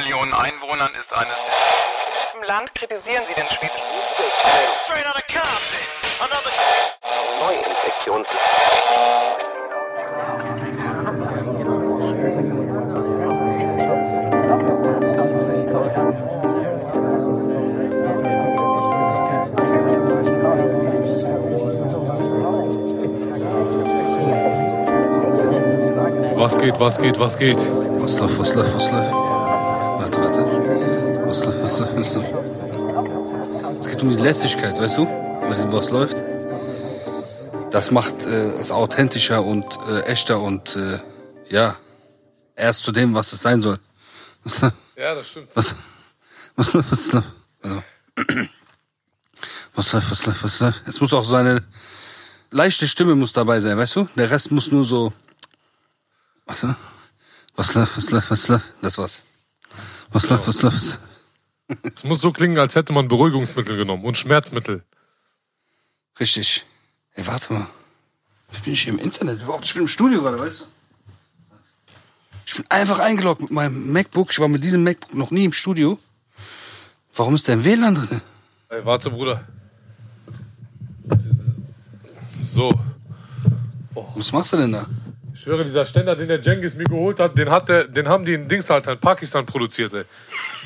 Millionen Einwohnern ist eines der... Im Land kritisieren Sie den schwedischen. Neuinfektion. Was geht? Was läuft? Warte. Was läuft? Es geht um die Lässigkeit, weißt du? Was läuft? Das macht es authentischer und echter und ja, erst zu dem, was es sein soll. Ja, das stimmt. Was läuft? Also, was läuft? Es muss auch so eine leichte Stimme muss dabei sein, weißt du? Der Rest muss nur so... Was läuft? Das war's. Was läuft? Es muss so klingen, als hätte man Beruhigungsmittel genommen und Schmerzmittel. Richtig. Ey, warte mal. Ich bin nicht im Internet überhaupt. Ich bin im Studio gerade, weißt du? Ich bin einfach eingeloggt mit meinem MacBook. Ich war mit diesem MacBook noch nie im Studio. Warum ist da ein WLAN drin? Ey, warte, Bruder. So. Oh. Was machst du denn da? Ich schwöre, dieser Ständer, den der Cengiz mir geholt hat, den haben die in Dings halt in Pakistan produziert, ey.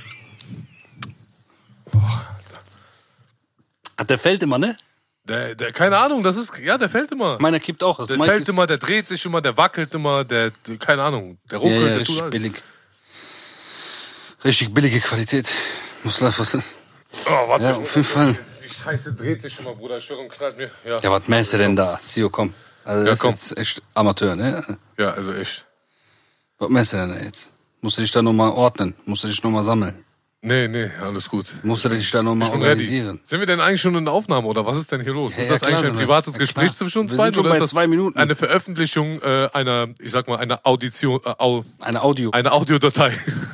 Ach, der fällt immer, ne? Der, keine Ahnung, der fällt immer. Meiner kippt auch. Der fällt immer, der dreht sich immer, der wackelt immer, keine Ahnung, der ruckelt, ja, der richtig tut halt. billig. Richtig billige Qualität. Was läuft? Oh, warte. Ja, auf jeden Fall. Die Scheiße dreht sich schon mal, Bruder. Ich schwöre, und knallt mir. Ja, was meinst du denn da? Sio, komm. Also das komm. ist jetzt echt Amateur, ne? Ja, also echt. Was meinst du denn da jetzt? Musst du dich da nochmal ordnen? Musst du dich nochmal sammeln? Nee, alles gut. Musst du dich da nochmal organisieren? Ready. Sind wir denn eigentlich schon in der Aufnahme oder was ist denn hier los? Ja, ist das eigentlich ein privates Gespräch zwischen uns beiden oder ist das 2 Minuten. eine Veröffentlichung einer, ich sag mal, einer Audition, eine Audio. Eine Audiodatei.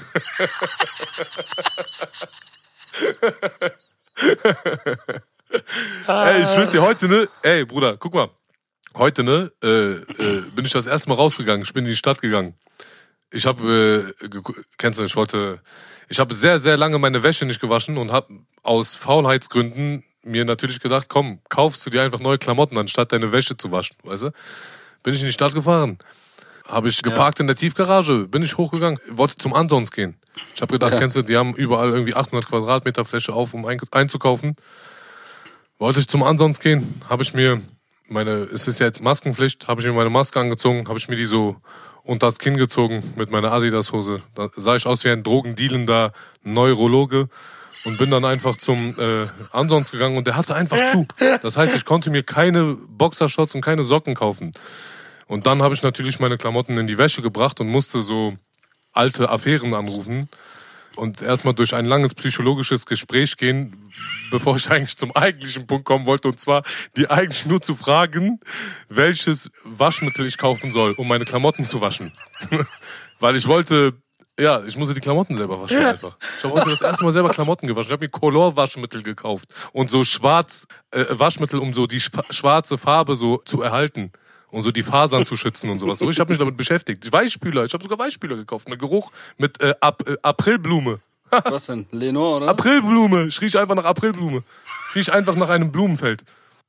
Ey, ich schwör's dir, heute, ne? Ey, Bruder, guck mal. Heute, ne, bin ich das erste Mal rausgegangen. Ich bin in die Stadt gegangen. Ich habe, kennst du, ich habe sehr, sehr lange meine Wäsche nicht gewaschen und habe aus Faulheitsgründen mir natürlich gedacht, komm, kaufst du dir einfach neue Klamotten, anstatt deine Wäsche zu waschen, weißt du? Bin ich in die Stadt gefahren. Habe ich geparkt in der Tiefgarage, bin ich hochgegangen, wollte zum Ansons gehen. Ich habe gedacht, kennst du, die haben überall irgendwie 800 Quadratmeter Fläche auf, um einzukaufen. Wollte ich zum Ansons gehen, habe ich mir es ist ja jetzt Maskenpflicht, habe ich mir meine Maske angezogen, habe ich mir die so unter das Kinn gezogen mit meiner Adidas-Hose. Da sah ich aus wie ein drogendealender Neurologe und bin dann einfach zum Ansons gegangen und der hatte einfach zu. Das heißt, ich konnte mir keine Boxershorts und keine Socken kaufen. Und dann habe ich natürlich meine Klamotten in die Wäsche gebracht und musste so alte Affären anrufen und erstmal durch ein langes psychologisches Gespräch gehen, bevor ich eigentlich zum eigentlichen Punkt kommen wollte, und zwar die eigentlich nur zu fragen, welches Waschmittel ich kaufen soll, um meine Klamotten zu waschen. Weil ich musste die Klamotten selber waschen einfach. Ich habe heute das erste Mal selber Klamotten gewaschen. Ich habe mir Color-Waschmittel gekauft und so schwarz Waschmittel, um so die schwarze Farbe so zu erhalten. Und so die Fasern zu schützen und sowas. So, ich habe mich damit beschäftigt. Weichspüler, ich habe sogar Weichspüler gekauft mit Geruch, mit Aprilblume. Was denn? Lenore, oder? Aprilblume. Ich riech einfach nach Aprilblume. Ich riech einfach nach einem Blumenfeld.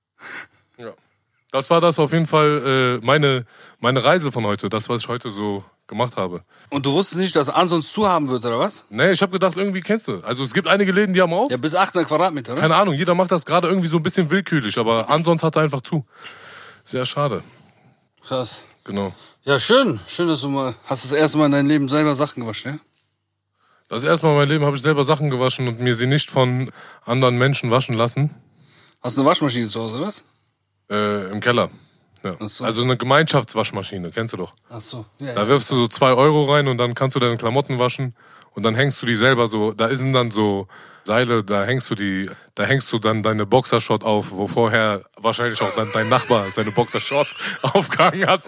Ja. Das war das auf jeden Fall meine Reise von heute. Das, was ich heute so gemacht habe. Und du wusstest nicht, dass Ansons zu haben wird, oder was? Nee, ich habe gedacht, irgendwie kennst du. Also es gibt einige Läden, die haben auf. Ja, bis 800 Quadratmeter, ne? Keine Ahnung, jeder macht das gerade irgendwie so ein bisschen willkürlich. Aber Ansons hat einfach zu. Sehr schade. Krass. Genau. Ja, schön. Schön, dass du hast das erste Mal in deinem Leben selber Sachen gewaschen, ja? Das erste Mal in meinem Leben habe ich selber Sachen gewaschen und mir sie nicht von anderen Menschen waschen lassen. Hast du eine Waschmaschine zu Hause, oder was? Im Keller. Ja. Ach so. Also eine Gemeinschaftswaschmaschine, kennst du doch. Ach so. Ja, Da wirfst du so 2 Euro rein und dann kannst du deine Klamotten waschen und dann hängst du die selber so, da sind dann so Seile, da hängst du dann deine Boxershort auf, wo vorher wahrscheinlich auch dann dein Nachbar seine Boxershort aufgehangen hat.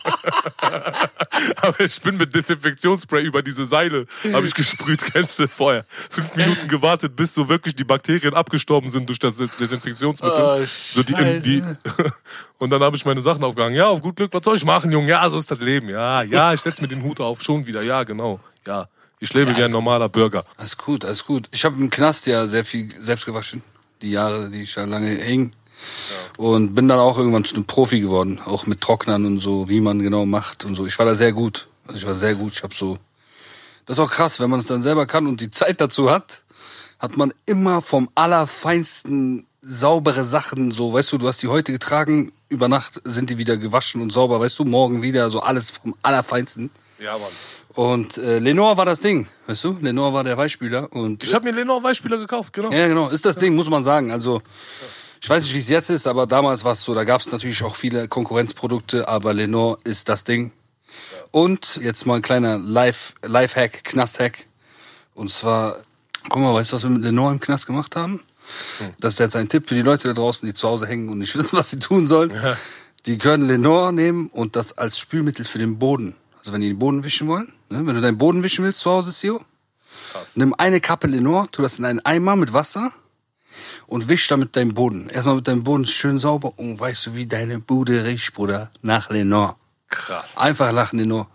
Aber ich bin mit Desinfektionsspray über diese Seile, habe ich gesprüht, kennst du, vorher. 5 Minuten gewartet, bis so wirklich die Bakterien abgestorben sind durch das Desinfektionsmittel. Oh, so die und dann habe ich meine Sachen aufgehangen. Ja, auf gut Glück, was soll ich machen, Junge? Ja, so ist das Leben. Ja, ich setz mir den Hut auf, schon wieder. Ja, genau. Ja, Ich lebe wie ein normaler Bürger. Alles gut, alles gut. Ich habe im Knast ja sehr viel selbst gewaschen. Die Jahre, die ich da lange hing. Ja. Und bin dann auch irgendwann zu einem Profi geworden. Auch mit Trocknern und so, wie man genau macht und so. Ich war da sehr gut. Also ich war sehr gut. Ich habe so... Das ist auch krass, wenn man es dann selber kann und die Zeit dazu hat man immer vom allerfeinsten saubere Sachen so. Weißt du hast die heute getragen, über Nacht sind die wieder gewaschen und sauber. Weißt du, morgen wieder so alles vom allerfeinsten. Ja, Mann. Und Lenor war das Ding, weißt du? Lenor war der Weichspüler. Und ich habe mir Lenor Weichspüler gekauft, genau. Ja, genau. Ist das Ding, muss man sagen. Also, ich weiß nicht, wie es jetzt ist, aber damals war es so, da gab es natürlich auch viele Konkurrenzprodukte, aber Lenor ist das Ding. Und jetzt mal ein kleiner Life-Hack, Knast-Hack. Und zwar, guck mal, weißt du, was wir mit Lenor im Knast gemacht haben? Das ist jetzt ein Tipp für die Leute da draußen, die zu Hause hängen und nicht wissen, was sie tun sollen. Ja. Die können Lenor nehmen und das als Spülmittel für den Boden. Also wenn die den Boden wischen wollen, ne? Wenn du deinen Boden wischen willst zu Hause, Sio, nimm eine Kappe Lenor, tu das in einen Eimer mit Wasser und wisch damit deinen Boden. Erstmal wird dein Boden schön sauber und weißt du, wie deine Bude riecht, Bruder, nach Lenor. Krass. Einfach nach Lenor.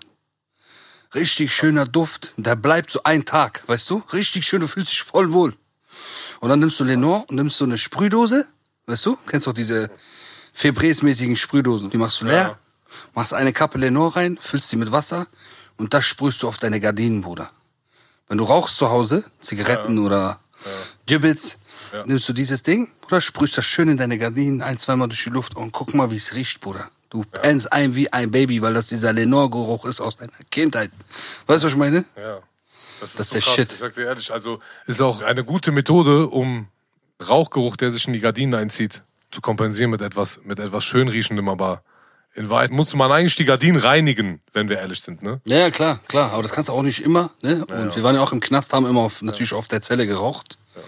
Richtig schöner Duft. Der bleibt so einen Tag, weißt du? Richtig schön, du fühlst dich voll wohl. Und dann nimmst du Lenor und nimmst so eine Sprühdose, weißt du? Kennst du auch diese Febreze-mäßigen Sprühdosen? Die machst du leer, machst eine Kappe Lenor rein, füllst die mit Wasser und das sprühst du auf deine Gardinen, Bruder. Wenn du rauchst zu Hause, Zigaretten oder Gibbets, nimmst du dieses Ding, Bruder, sprühst das schön in deine Gardinen, 1-2 Mal durch die Luft und guck mal, wie es riecht, Bruder. Du pennst ein wie ein Baby, weil das dieser Lenor-Geruch ist aus deiner Kindheit. Weißt du, was ich meine? Ja. Das ist so der krass. Shit. Ich sag dir ehrlich, also ist auch eine gute Methode, um Rauchgeruch, der sich in die Gardinen einzieht, zu kompensieren mit etwas schön riechendem, aber in Wahrheit muss man eigentlich die Gardinen reinigen, wenn wir ehrlich sind, ne? Ja, klar, aber das kannst du auch nicht immer, ne? Und wir waren ja auch im Knast, haben immer natürlich auf der Zelle geraucht. Ja.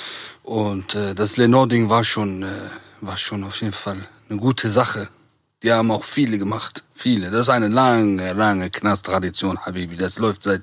Und das Lenor-Ding war schon auf jeden Fall eine gute Sache. Die haben auch viele gemacht. Viele. Das ist eine lange, lange Knasttradition, Habibi. Das läuft seit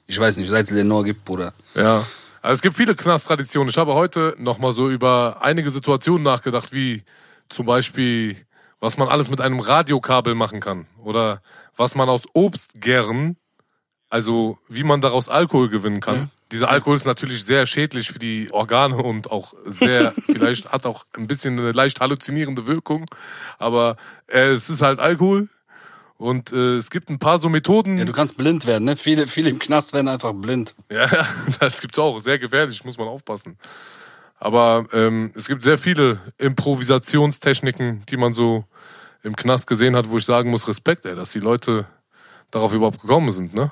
es Lenor gibt, Bruder. Ja. Also es gibt viele Knasttraditionen. Ich habe heute nochmal so über einige Situationen nachgedacht, wie zum Beispiel, was man alles mit einem Radiokabel machen kann. Oder was man aus Obstgären, also wie man daraus Alkohol gewinnen kann. Ja. Dieser Alkohol ist natürlich sehr schädlich für die Organe und auch vielleicht hat auch ein bisschen eine leicht halluzinierende Wirkung. Aber es ist halt Alkohol. Und es gibt ein paar so Methoden. Ja, du kannst blind werden, ne? Viele im Knast werden einfach blind. Ja, das gibt's auch. Sehr gefährlich, muss man aufpassen. Aber es gibt sehr viele Improvisationstechniken, die man so im Knast gesehen hat, wo ich sagen muss, Respekt, dass die Leute darauf überhaupt gekommen sind, ne?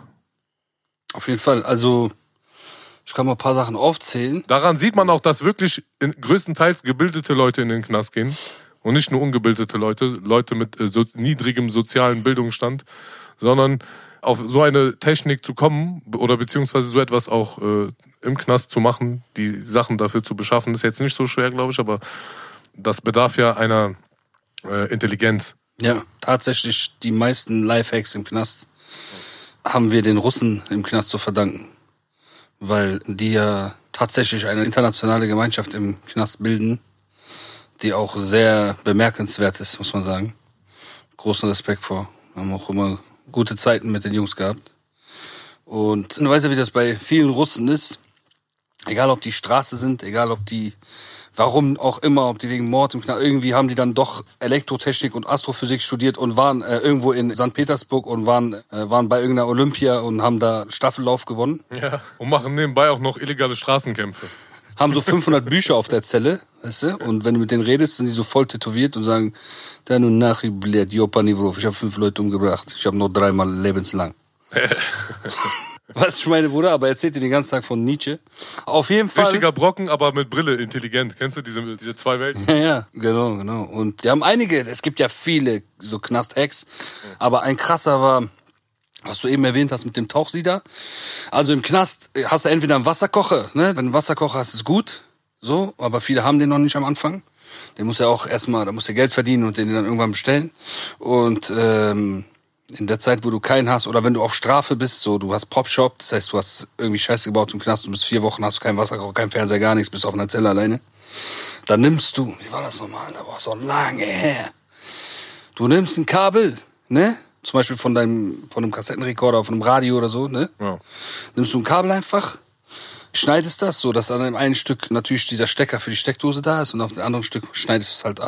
Auf jeden Fall. Also, ich kann mal ein paar Sachen aufzählen. Daran sieht man auch, dass wirklich größtenteils gebildete Leute in den Knast gehen. Und nicht nur ungebildete Leute mit niedrigem sozialen Bildungsstand, sondern auf so eine Technik zu kommen oder beziehungsweise so etwas auch im Knast zu machen, die Sachen dafür zu beschaffen, ist jetzt nicht so schwer, glaube ich, aber das bedarf ja einer Intelligenz. Ja, tatsächlich die meisten Lifehacks im Knast haben wir den Russen im Knast zu verdanken, weil die ja tatsächlich eine internationale Gemeinschaft im Knast bilden, die auch sehr bemerkenswert ist, muss man sagen. Großen Respekt vor. Wir haben auch immer gute Zeiten mit den Jungs gehabt. Und du weißt ja, wie das bei vielen Russen ist. Egal, ob die Straße sind, egal, ob die, warum auch immer, ob die wegen Mord im Knast, irgendwie haben die dann doch Elektrotechnik und Astrophysik studiert und waren irgendwo in St. Petersburg und waren bei irgendeiner Olympia und haben da Staffellauf gewonnen. Ja, und machen nebenbei auch noch illegale Straßenkämpfe. Haben so 500 Bücher auf der Zelle, weißt du? Und wenn du mit denen redest, sind die so voll tätowiert und sagen, da nun nach, ich habe 5 Leute umgebracht. Ich habe noch 3-mal lebenslang. Was ich meine, Bruder, aber erzählt dir den ganzen Tag von Nietzsche. Auf jeden Fall. Richtiger Brocken, aber mit Brille, intelligent. Kennst du diese zwei Welten? Ja, genau. Und die haben einige, es gibt ja viele so Knast-Hacks, aber ein krasser war, was du eben erwähnt hast mit dem Tauchsieder. Also im Knast hast du entweder einen Wasserkocher, ne? Wenn du einen Wasserkocher hast, ist gut, so, aber viele haben den noch nicht am Anfang. Der muss ja auch erstmal, da muss der Geld verdienen und den dann irgendwann bestellen. Und in der Zeit, wo du keinen hast, oder wenn du auf Strafe bist, so, du hast Popshop, das heißt, du hast irgendwie Scheiße gebaut im Knast, du bist 4 Wochen, hast du keinen Wasserkocher, keinen Fernseher, gar nichts, bist auf einer Zelle alleine. Dann nimmst du, wie war das nochmal? Da war so lange her. Du nimmst ein Kabel, ne? zum Beispiel von einem Kassettenrekorder, von einem Radio oder so, ne? Ja. Nimmst du ein Kabel einfach, schneidest das, so dass an dem einen Stück natürlich dieser Stecker für die Steckdose da ist und auf dem anderen Stück schneidest du es halt ab.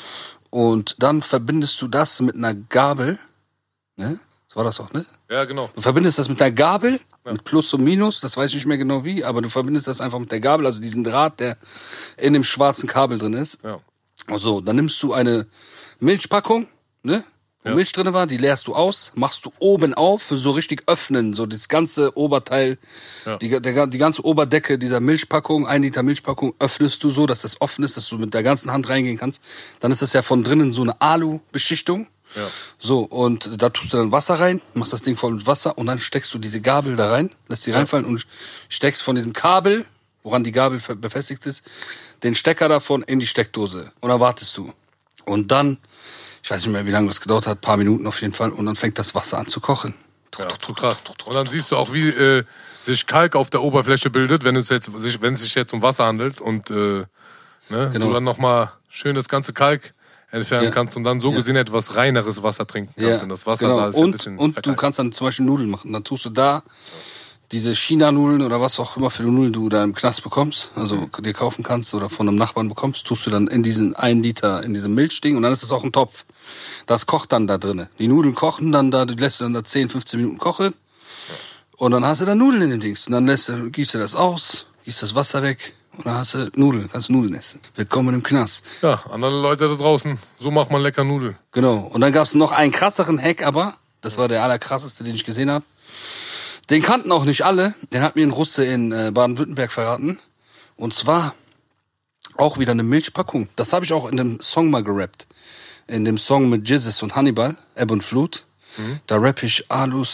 Und dann verbindest du das mit einer Gabel, ne? So war das auch, ne? Ja, genau. Du verbindest das mit einer Gabel, mit Plus und Minus, das weiß ich nicht mehr genau wie, aber du verbindest das einfach mit der Gabel, also diesen Draht, der in dem schwarzen Kabel drin ist. Ja. So, dann nimmst du eine Milchpackung, ne? Wo Ja. Milch drin war, die leerst du aus, machst du oben auf, so richtig öffnen, so das ganze Oberteil, Ja. die ganze Oberdecke dieser Milchpackung, 1 Liter Milchpackung, öffnest du so, dass das offen ist, dass du mit der ganzen Hand reingehen kannst. Dann ist das ja von drinnen so eine Alu-Beschichtung. Ja. So, und da tust du dann Wasser rein, machst das Ding voll mit Wasser und dann steckst du diese Gabel da rein, lässt die reinfallen und steckst von diesem Kabel, woran die Gabel befestigt ist, den Stecker davon in die Steckdose. Und dann wartest du. Und dann, ich weiß nicht mehr, wie lange das gedauert hat, ein paar Minuten auf jeden Fall, und dann fängt das Wasser an zu kochen. Ja, zu krass. Und dann siehst du auch, wie sich Kalk auf der Oberfläche bildet, wenn es sich jetzt um Wasser handelt und du dann nochmal schön das ganze Kalk entfernen kannst und dann so gesehen etwas reineres Wasser trinken kannst. Ja, Und das Wasser genau. da ist ja ein bisschen Und du verkalkt. kannst dann zum Beispiel Nudeln machen. Dann tust du da diese China-Nudeln oder was auch immer für Nudeln du da im Knast bekommst, also dir kaufen kannst oder von einem Nachbarn bekommst, tust du dann in diesen 1 Liter, in diesem Milchding und dann ist das auch ein Topf. Das kocht dann da drinnen. Die Nudeln kochen dann da, die lässt du dann da 10, 15 Minuten kochen und dann hast du da Nudeln in dem Dings. Und dann gießt du das aus, gießt das Wasser weg und dann hast du Nudeln, kannst Nudeln essen. Willkommen im Knast. Ja, andere Leute da draußen, so macht man lecker Nudeln. Genau. Und dann gab es noch einen krasseren Hack, aber das war der allerkrasseste, den ich gesehen habe. Den kannten auch nicht alle. Den hat mir ein Russe in Baden-Württemberg verraten. Und zwar auch wieder eine Milchpackung. Das habe ich auch in dem Song mal gerappt. In dem Song mit Jizzes und Hannibal, Ebb und Flut. Da rapp ich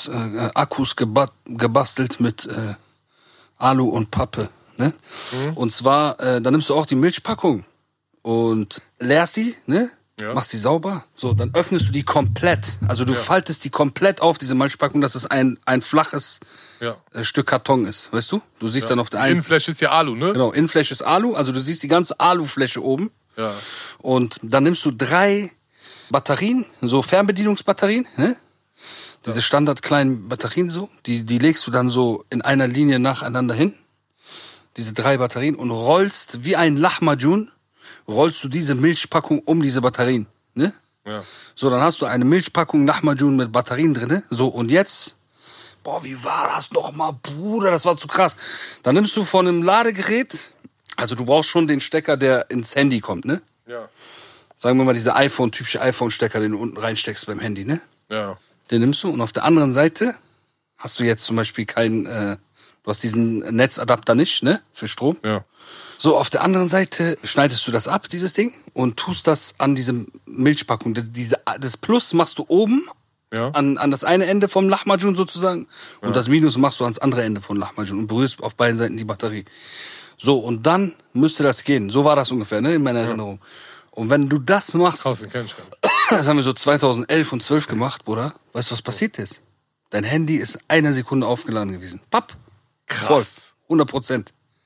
Akkus gebastelt mit Alu und Pappe. Ne? Und zwar, dann nimmst du auch die Milchpackung und leerst die, ne? Ja. Machst die sauber, so, dann öffnest du die komplett. Also du faltest die komplett auf, diese Milchpackung, dass es ein flaches Stück Karton ist, weißt du? Du siehst dann auf der einen... Innenfläche ist ja Alu, ne? Genau, Innenfläche ist Alu, also du siehst die ganze Alufläche oben. Ja. Und dann nimmst du 3 Batterien, so Fernbedienungsbatterien, ne? Diese standard kleinen Batterien so, die legst du dann so in einer Linie nacheinander hin. Diese 3 Batterien und rollst wie ein Lahmacun, rollst du diese Milchpackung um diese Batterien, ne? Ja. So, dann hast du eine Milchpackung Lahmacun mit Batterien drin. So, und jetzt, boah, wie war das nochmal, Bruder, das war zu krass. Dann nimmst du von einem Ladegerät, also du brauchst schon den Stecker, der ins Handy kommt, ne? Ja. Sagen wir mal, dieser typische iPhone-Stecker, den du unten reinsteckst beim Handy, ne? Ja. Den nimmst du und auf der anderen Seite hast du jetzt zum Beispiel du hast diesen Netzadapter nicht, ne? Für Strom. Ja. So, auf der anderen Seite schneidest du das ab, dieses Ding, und tust das an diese Milchpackung. Das Plus machst du oben an das eine Ende vom Lahmacun sozusagen und das Minus machst du ans andere Ende von Lahmacun und berührst auf beiden Seiten die Batterie. So, und dann müsste das gehen. So war das ungefähr, ne? In meiner Erinnerung. Und wenn du das machst, Krass, den kenn ich gar nicht. das haben wir so 2011 und 12 gemacht, Bruder. Weißt du, was passiert ist? Dein Handy ist 1 Sekunde aufgeladen gewesen. Papp. Krass. Voll. 100%.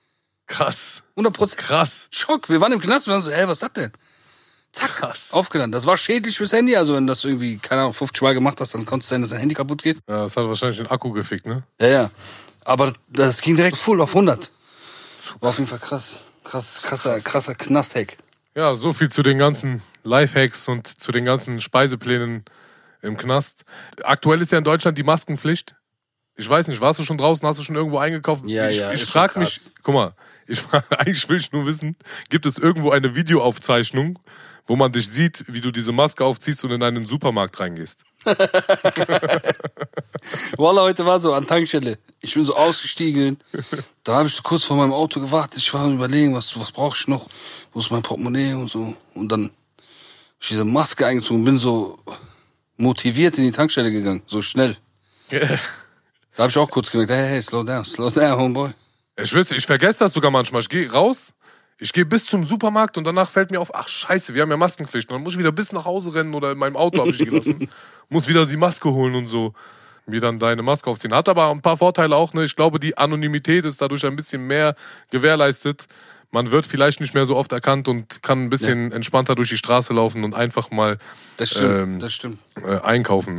Krass. 100%. Krass. Schock. Wir waren im Knast, wir waren so, was ist das denn? Zack. Krass. Aufgeladen. Das war schädlich fürs Handy. Also wenn du das irgendwie, keine Ahnung, 50 Mal gemacht hast, dann konnte es sein, dass dein Handy kaputt geht. Ja, das hat wahrscheinlich den Akku gefickt, ne? Ja. Aber das ging direkt full auf 100. War auf jeden Fall krass. Krasser Knast-Hack. Ja, so viel zu den ganzen Lifehacks und zu den ganzen Speiseplänen im Knast. Aktuell ist ja in Deutschland die Maskenpflicht. Ich weiß nicht, warst du schon draußen, hast du schon irgendwo eingekauft? Ja, ich ist frage schon mich, krass. guck mal, eigentlich will ich nur wissen, gibt es irgendwo eine Videoaufzeichnung, wo man dich sieht, wie du diese Maske aufziehst und in einen Supermarkt reingehst? Wallah, heute war so an Tankstelle. Ich bin so ausgestiegen. Dann habe ich so kurz vor meinem Auto gewartet. Ich war am Überlegen, was brauche ich noch? Wo ist mein Portemonnaie und so. Und dann habe ich diese Maske eingezogen und bin so motiviert in die Tankstelle gegangen. So schnell. Da habe ich auch kurz gemerkt, hey, slow down, homeboy. Ich vergesse das sogar manchmal. Ich gehe raus, ich gehe bis zum Supermarkt und danach fällt mir auf, ach scheiße, wir haben ja Maskenpflicht. Und dann muss ich wieder bis nach Hause rennen oder in meinem Auto habe ich die gelassen. Muss wieder die Maske holen und so. Mir dann deine Maske aufziehen. Hat aber ein paar Vorteile auch, ne? Ich glaube, die Anonymität ist dadurch ein bisschen mehr gewährleistet. Man wird vielleicht nicht mehr so oft erkannt und kann ein bisschen entspannter durch die Straße laufen und einfach mal Das stimmt. einkaufen, ne?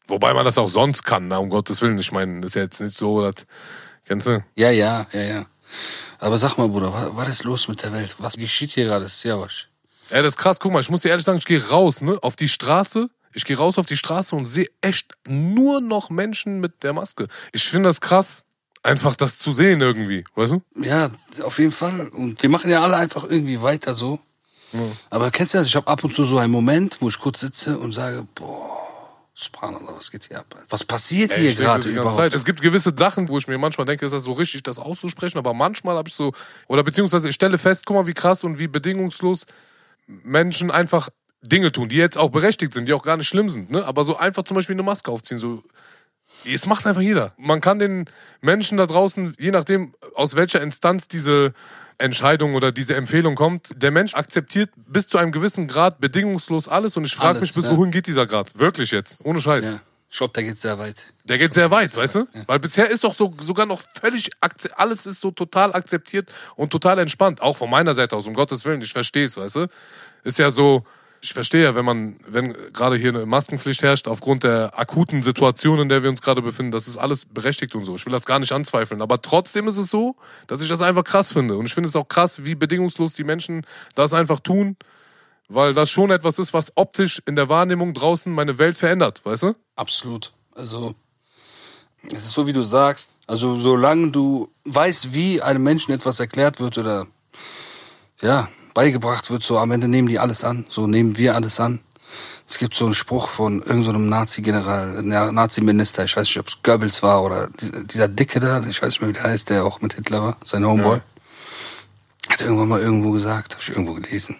Wobei man das auch sonst kann, na, um Gottes Willen. Ich meine, das ist ja jetzt nicht so, dass, kennst du? Ja. Aber sag mal, Bruder, was ist los mit der Welt? Was geschieht hier gerade? Siavash. Ey, das ist krass. Guck mal, ich muss dir ehrlich sagen, ich gehe raus, ne, auf die Straße. Ich gehe raus auf die Straße und sehe echt nur noch Menschen mit der Maske. Ich finde das krass, einfach das zu sehen irgendwie, weißt du? Ja, auf jeden Fall. Und die machen ja alle einfach irgendwie weiter so. Ja. Aber kennst du das? Ich habe ab und zu so einen Moment, wo ich kurz sitze und sage, boah, Subhanallah, was geht hier ab? Was passiert hier gerade überhaupt? Es gibt gewisse Sachen, wo ich mir manchmal denke, ist das so richtig, das auszusprechen, aber manchmal habe ich so, oder beziehungsweise ich stelle fest, guck mal, wie krass und wie bedingungslos Menschen einfach Dinge tun, die jetzt auch berechtigt sind, die auch gar nicht schlimm sind, ne? Aber so einfach zum Beispiel eine Maske aufziehen, so, es macht einfach jeder. Man kann den Menschen da draußen, je nachdem, aus welcher Instanz diese Entscheidung oder diese Empfehlung kommt, der Mensch akzeptiert bis zu einem gewissen Grad bedingungslos alles und ich frage mich, bis wohin geht dieser Grad? Wirklich jetzt, ohne Scheiß. Ja. Ich glaube, der geht sehr weit. Der geht sehr weit, weißt du? Ja. Weil bisher ist doch so sogar noch völlig, alles ist so total akzeptiert und total entspannt. Auch von meiner Seite aus, um Gottes Willen, ich verstehe es, weißt du? Ist ja so, ich verstehe ja, wenn gerade hier eine Maskenpflicht herrscht, aufgrund der akuten Situation, in der wir uns gerade befinden, das ist alles berechtigt und so. Ich will das gar nicht anzweifeln. Aber trotzdem ist es so, dass ich das einfach krass finde. Und ich finde es auch krass, wie bedingungslos die Menschen das einfach tun, weil das schon etwas ist, was optisch in der Wahrnehmung draußen meine Welt verändert, weißt du? Absolut. Also, es ist so, wie du sagst. Also, solange du weißt, wie einem Menschen etwas erklärt wird oder, ja, beigebracht wird, so am Ende nehmen die alles an, so nehmen wir alles an. Es gibt so einen Spruch von irgendeinem so Nazi-General, Nazi-Minister, ich weiß nicht, ob es Goebbels war oder dieser Dicke da, ich weiß nicht mehr, wie der heißt, der auch mit Hitler war, sein Homeboy. Ja. Hat irgendwann mal irgendwo gesagt, habe ich irgendwo gelesen.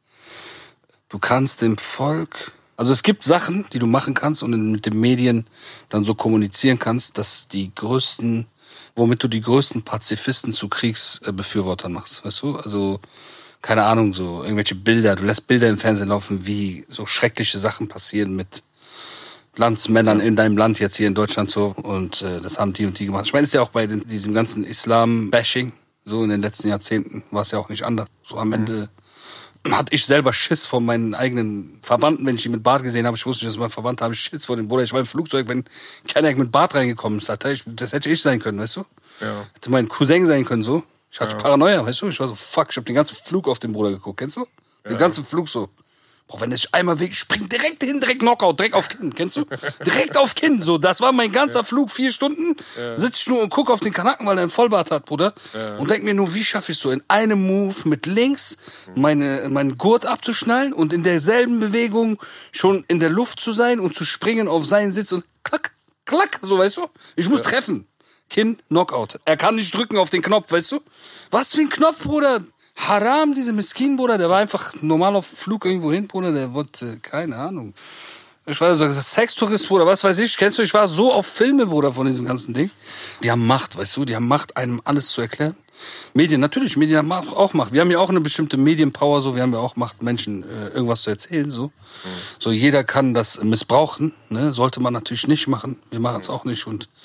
Du kannst dem Volk, also es gibt Sachen, die du machen kannst und mit den Medien dann so kommunizieren kannst, dass womit du die größten Pazifisten zu Kriegsbefürwortern machst, weißt du? Also keine Ahnung, so irgendwelche Bilder. Du lässt Bilder im Fernsehen laufen, wie so schreckliche Sachen passieren mit Landsmännern in deinem Land, jetzt hier in Deutschland so. Und das haben die und die gemacht. Ich meine, es ist ja auch bei diesem ganzen Islam-Bashing, so in den letzten Jahrzehnten, war es ja auch nicht anders. So am Ende hatte ich selber Schiss vor meinen eigenen Verwandten, wenn ich die mit Bart gesehen habe. Ich wusste nicht, dass mein Verwandter habe ich Schiss vor dem Bruder. Ich war im Flugzeug, wenn keiner mit Bart reingekommen ist. Das hätte ich sein können, weißt du? Ja. Hätte mein Cousin sein können, so. Ich hatte Paranoia, weißt du? Ich war so, fuck, ich hab den ganzen Flug auf den Bruder geguckt, kennst du? Den ganzen Flug so. Boah, wenn ich einmal weg, spring direkt hin, direkt Knockout, direkt auf Kinn, kennst du? Direkt auf Kinn, so. Das war mein ganzer Flug, 4 Stunden. Sitz ich nur und guck auf den Kanaken, weil er einen Vollbart hat, Bruder. Und denk mir nur, wie schaffe ich so in einem Move mit links meinen Gurt abzuschnallen und in derselben Bewegung schon in der Luft zu sein und zu springen auf seinen Sitz und klack, klack, so, weißt du? Ich muss treffen. Kinn, Knockout. Er kann nicht drücken auf den Knopf, weißt du? Was für ein Knopf, Bruder? Haram, diese Miskin, Bruder, der war einfach normal auf Flug irgendwo hin, Bruder, der wollte, keine Ahnung. Ich war so Sextourist, Bruder, was weiß ich, kennst du, ich war so auf Filme, Bruder, von diesem ganzen Ding. Die haben Macht, weißt du, die haben Macht, einem alles zu erklären. Medien, natürlich, Medien haben auch Macht. Wir haben ja auch eine bestimmte Medienpower, so, wir haben ja auch Macht, Menschen irgendwas zu erzählen, so. So, jeder kann das missbrauchen, ne, sollte man natürlich nicht machen. Wir machen es auch nicht und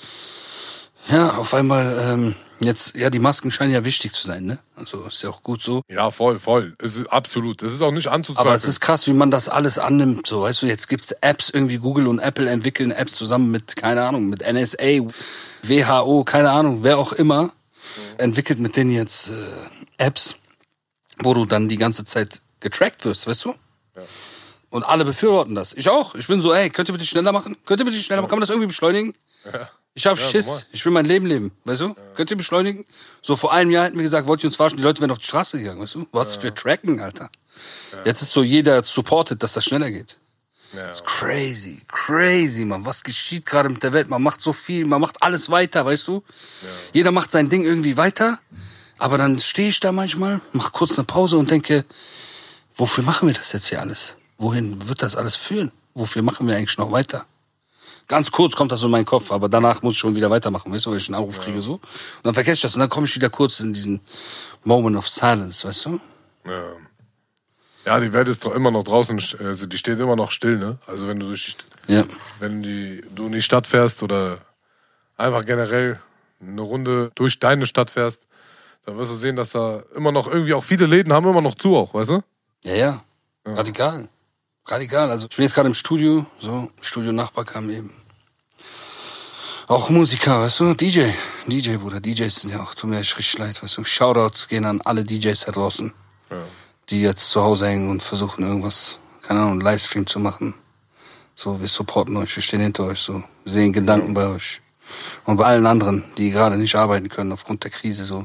ja, auf einmal, jetzt, ja, die Masken scheinen ja wichtig zu sein, ne? Also, ist ja auch gut so. Ja, voll. Es ist absolut. Es ist auch nicht anzuzweifeln. Aber es ist krass, wie man das alles annimmt, so, weißt du, jetzt gibt's Apps, irgendwie Google und Apple entwickeln Apps zusammen mit, keine Ahnung, mit NSA, WHO, keine Ahnung, wer auch immer, entwickelt mit denen jetzt Apps, wo du dann die ganze Zeit getrackt wirst, weißt du? Ja. Und alle befürworten das. Ich auch. Ich bin so, ey, könnt ihr bitte schneller machen? Kann man das irgendwie beschleunigen? Ja. Ich hab Schiss. Ich will mein Leben leben, weißt du? Ja. Könnt ihr beschleunigen? So vor einem Jahr hätten wir gesagt, wollt ihr uns verarschen? Die Leute wären auf die Straße gegangen, weißt du? Was für Tracken, Alter. Ja. Jetzt ist so, jeder supportet, dass das schneller geht. Ja. Das ist crazy, Mann. Was geschieht gerade mit der Welt? Man macht so viel, man macht alles weiter, weißt du? Ja. Jeder macht sein Ding irgendwie weiter. Aber dann stehe ich da manchmal, mach kurz eine Pause und denke, wofür machen wir das jetzt hier alles? Wohin wird das alles führen? Wofür machen wir eigentlich noch weiter? Ganz kurz kommt das so in meinen Kopf, aber danach muss ich schon wieder weitermachen, weißt du, weil ich einen Anruf kriege so. Und dann vergesse ich das und dann komme ich wieder kurz in diesen Moment of Silence, weißt du? Ja. Ja, die Welt ist doch immer noch draußen, also die steht immer noch still, ne? Also wenn du du in die Stadt fährst oder einfach generell eine Runde durch deine Stadt fährst, dann wirst du sehen, dass da immer noch irgendwie auch viele Läden haben immer noch zu auch, weißt du? Ja. Radikal. Also ich bin jetzt gerade im Studio, so, Studio-Nachbar kam eben. Auch Musiker, weißt du, DJ, Bruder, DJs sind ja auch, tut mir echt richtig leid, weißt du. Shoutouts gehen an alle DJs da draußen, die jetzt zu Hause hängen und versuchen irgendwas, keine Ahnung, einen Livestream zu machen. So, wir supporten euch, wir stehen hinter euch, so, wir sehen Gedanken bei euch. Und bei allen anderen, die gerade nicht arbeiten können aufgrund der Krise, so.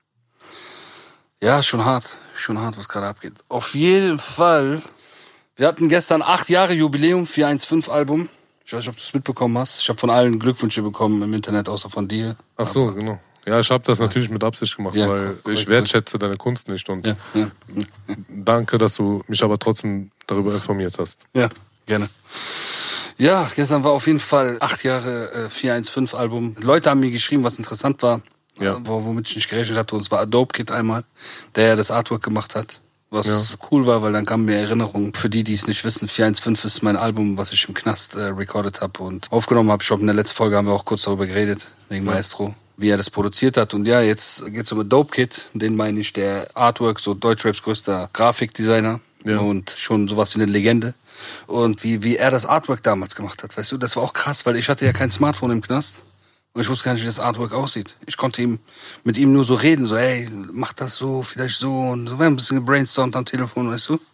Ja, schon hart, was gerade abgeht. Auf jeden Fall, wir hatten gestern 8 Jahre Jubiläum, 415-Album. Ich weiß nicht, ob du es mitbekommen hast. Ich habe von allen Glückwünsche bekommen im Internet, außer von dir. Ach so, genau. Ja, ich habe das natürlich mit Absicht gemacht, weil korrekt, ich wertschätze deine Kunst nicht. Und danke, dass du mich aber trotzdem darüber informiert hast. Ja, gerne. Ja, gestern war auf jeden Fall 8 Jahre 415-Album. Leute haben mir geschrieben, was interessant war, womit ich nicht gerechnet hatte. Und es war Adobe Kid einmal, der ja das Artwork gemacht hat. Was cool war, weil dann kamen mir Erinnerungen. Für die, die es nicht wissen, 415 ist mein Album, was ich im Knast recorded habe und aufgenommen habe. Ich glaube, in der letzten Folge haben wir auch kurz darüber geredet, wegen Maestro, wie er das produziert hat. Und ja, jetzt geht's um Dope Kid, den meine ich, der Artwork, so Deutschraps größter Grafikdesigner und schon sowas wie eine Legende. Und wie er das Artwork damals gemacht hat, weißt du, das war auch krass, weil ich hatte ja kein Smartphone im Knast. Und ich wusste gar nicht, wie das Artwork aussieht. Ich konnte mit ihm nur so reden, so, ey, mach das so, vielleicht so. Und so, wir haben ein bisschen gebrainstormt am Telefon, weißt du.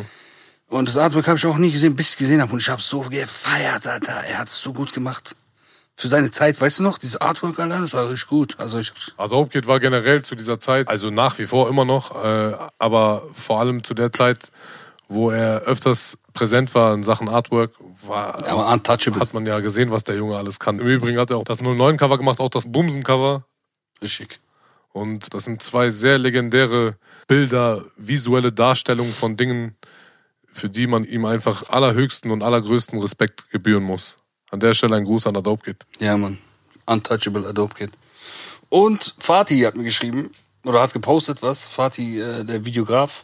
Und das Artwork habe ich auch nie gesehen, bis ich gesehen habe. Und ich habe so gefeiert, Alter. Er hat es so gut gemacht. Für seine Zeit, weißt du noch, dieses Artwork, Alter, das war richtig gut. Also Adobe Kid war generell zu dieser Zeit, also nach wie vor immer noch, aber vor allem zu der Zeit, wo er öfters präsent war in Sachen Artwork, war untouchable. Hat man ja gesehen, was der Junge alles kann. Im Übrigen hat er auch das 09-Cover gemacht, auch das Bumsen-Cover. Richtig. Und das sind 2 sehr legendäre Bilder, visuelle Darstellungen von Dingen, für die man ihm einfach allerhöchsten und allergrößten Respekt gebühren muss. An der Stelle ein Gruß an Adobe Kid. Ja, Mann. Untouchable Adobe Kid. Und Fatih hat mir geschrieben, oder hat gepostet was, Fatih, der Videograf,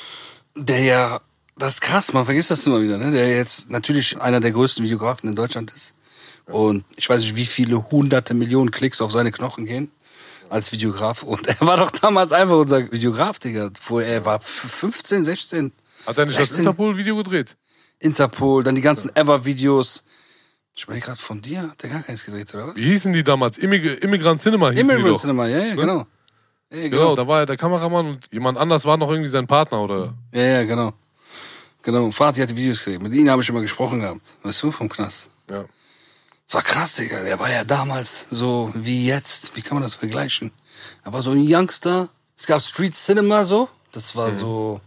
der ja, das ist krass, man vergisst das immer wieder, ne? Der jetzt natürlich einer der größten Videografen in Deutschland ist. Und ich weiß nicht, wie viele hunderte Millionen Klicks auf seine Knochen gehen als Videograf. Und er war doch damals einfach unser Videograf, Digga. Er war 15, 16. Hat er nicht 16? Das Interpol-Video gedreht? Interpol, dann die ganzen Ever-Videos. Ich meine gerade von dir, hat der gar keins gedreht, oder was? Wie hießen die damals? Immigrant Cinema hießen Immigrant die doch. Cinema, ja, genau. Ja, genau, da war ja der Kameramann und jemand anders war noch irgendwie sein Partner, oder? Ja, genau. Genau, Fatih hat die Videos gedreht. Mit ihm habe ich immer gesprochen gehabt, weißt du, vom Knast. Ja. Das war krass, Digga. Der war ja damals so wie jetzt. Wie kann man das vergleichen? Er war so ein Youngster. Es gab Street Cinema so. Das war so...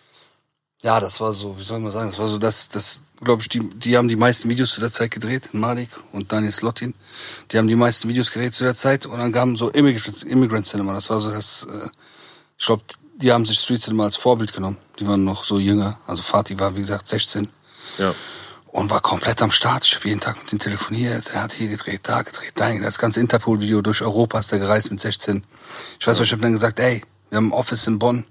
Ja, das war so, wie soll man sagen, das war so, das glaube ich, die haben die meisten Videos zu der Zeit gedreht, Malik und Daniel Slotin. Die haben die meisten Videos gedreht zu der Zeit und dann kam so Immigrant Cinema. Das war so das, ich glaube, die haben sich Street Cinema als Vorbild genommen. Die waren noch so jünger. Also Fatih war, wie gesagt, 16. Ja. Und war komplett am Start. Ich habe jeden Tag mit ihm telefoniert. Er hat hier gedreht, da gedreht, da. Das ganze Interpol-Video durch Europa ist er gereist mit 16. Ich weiß nicht, ich habe dann gesagt, ey, wir haben ein Office in Bonn.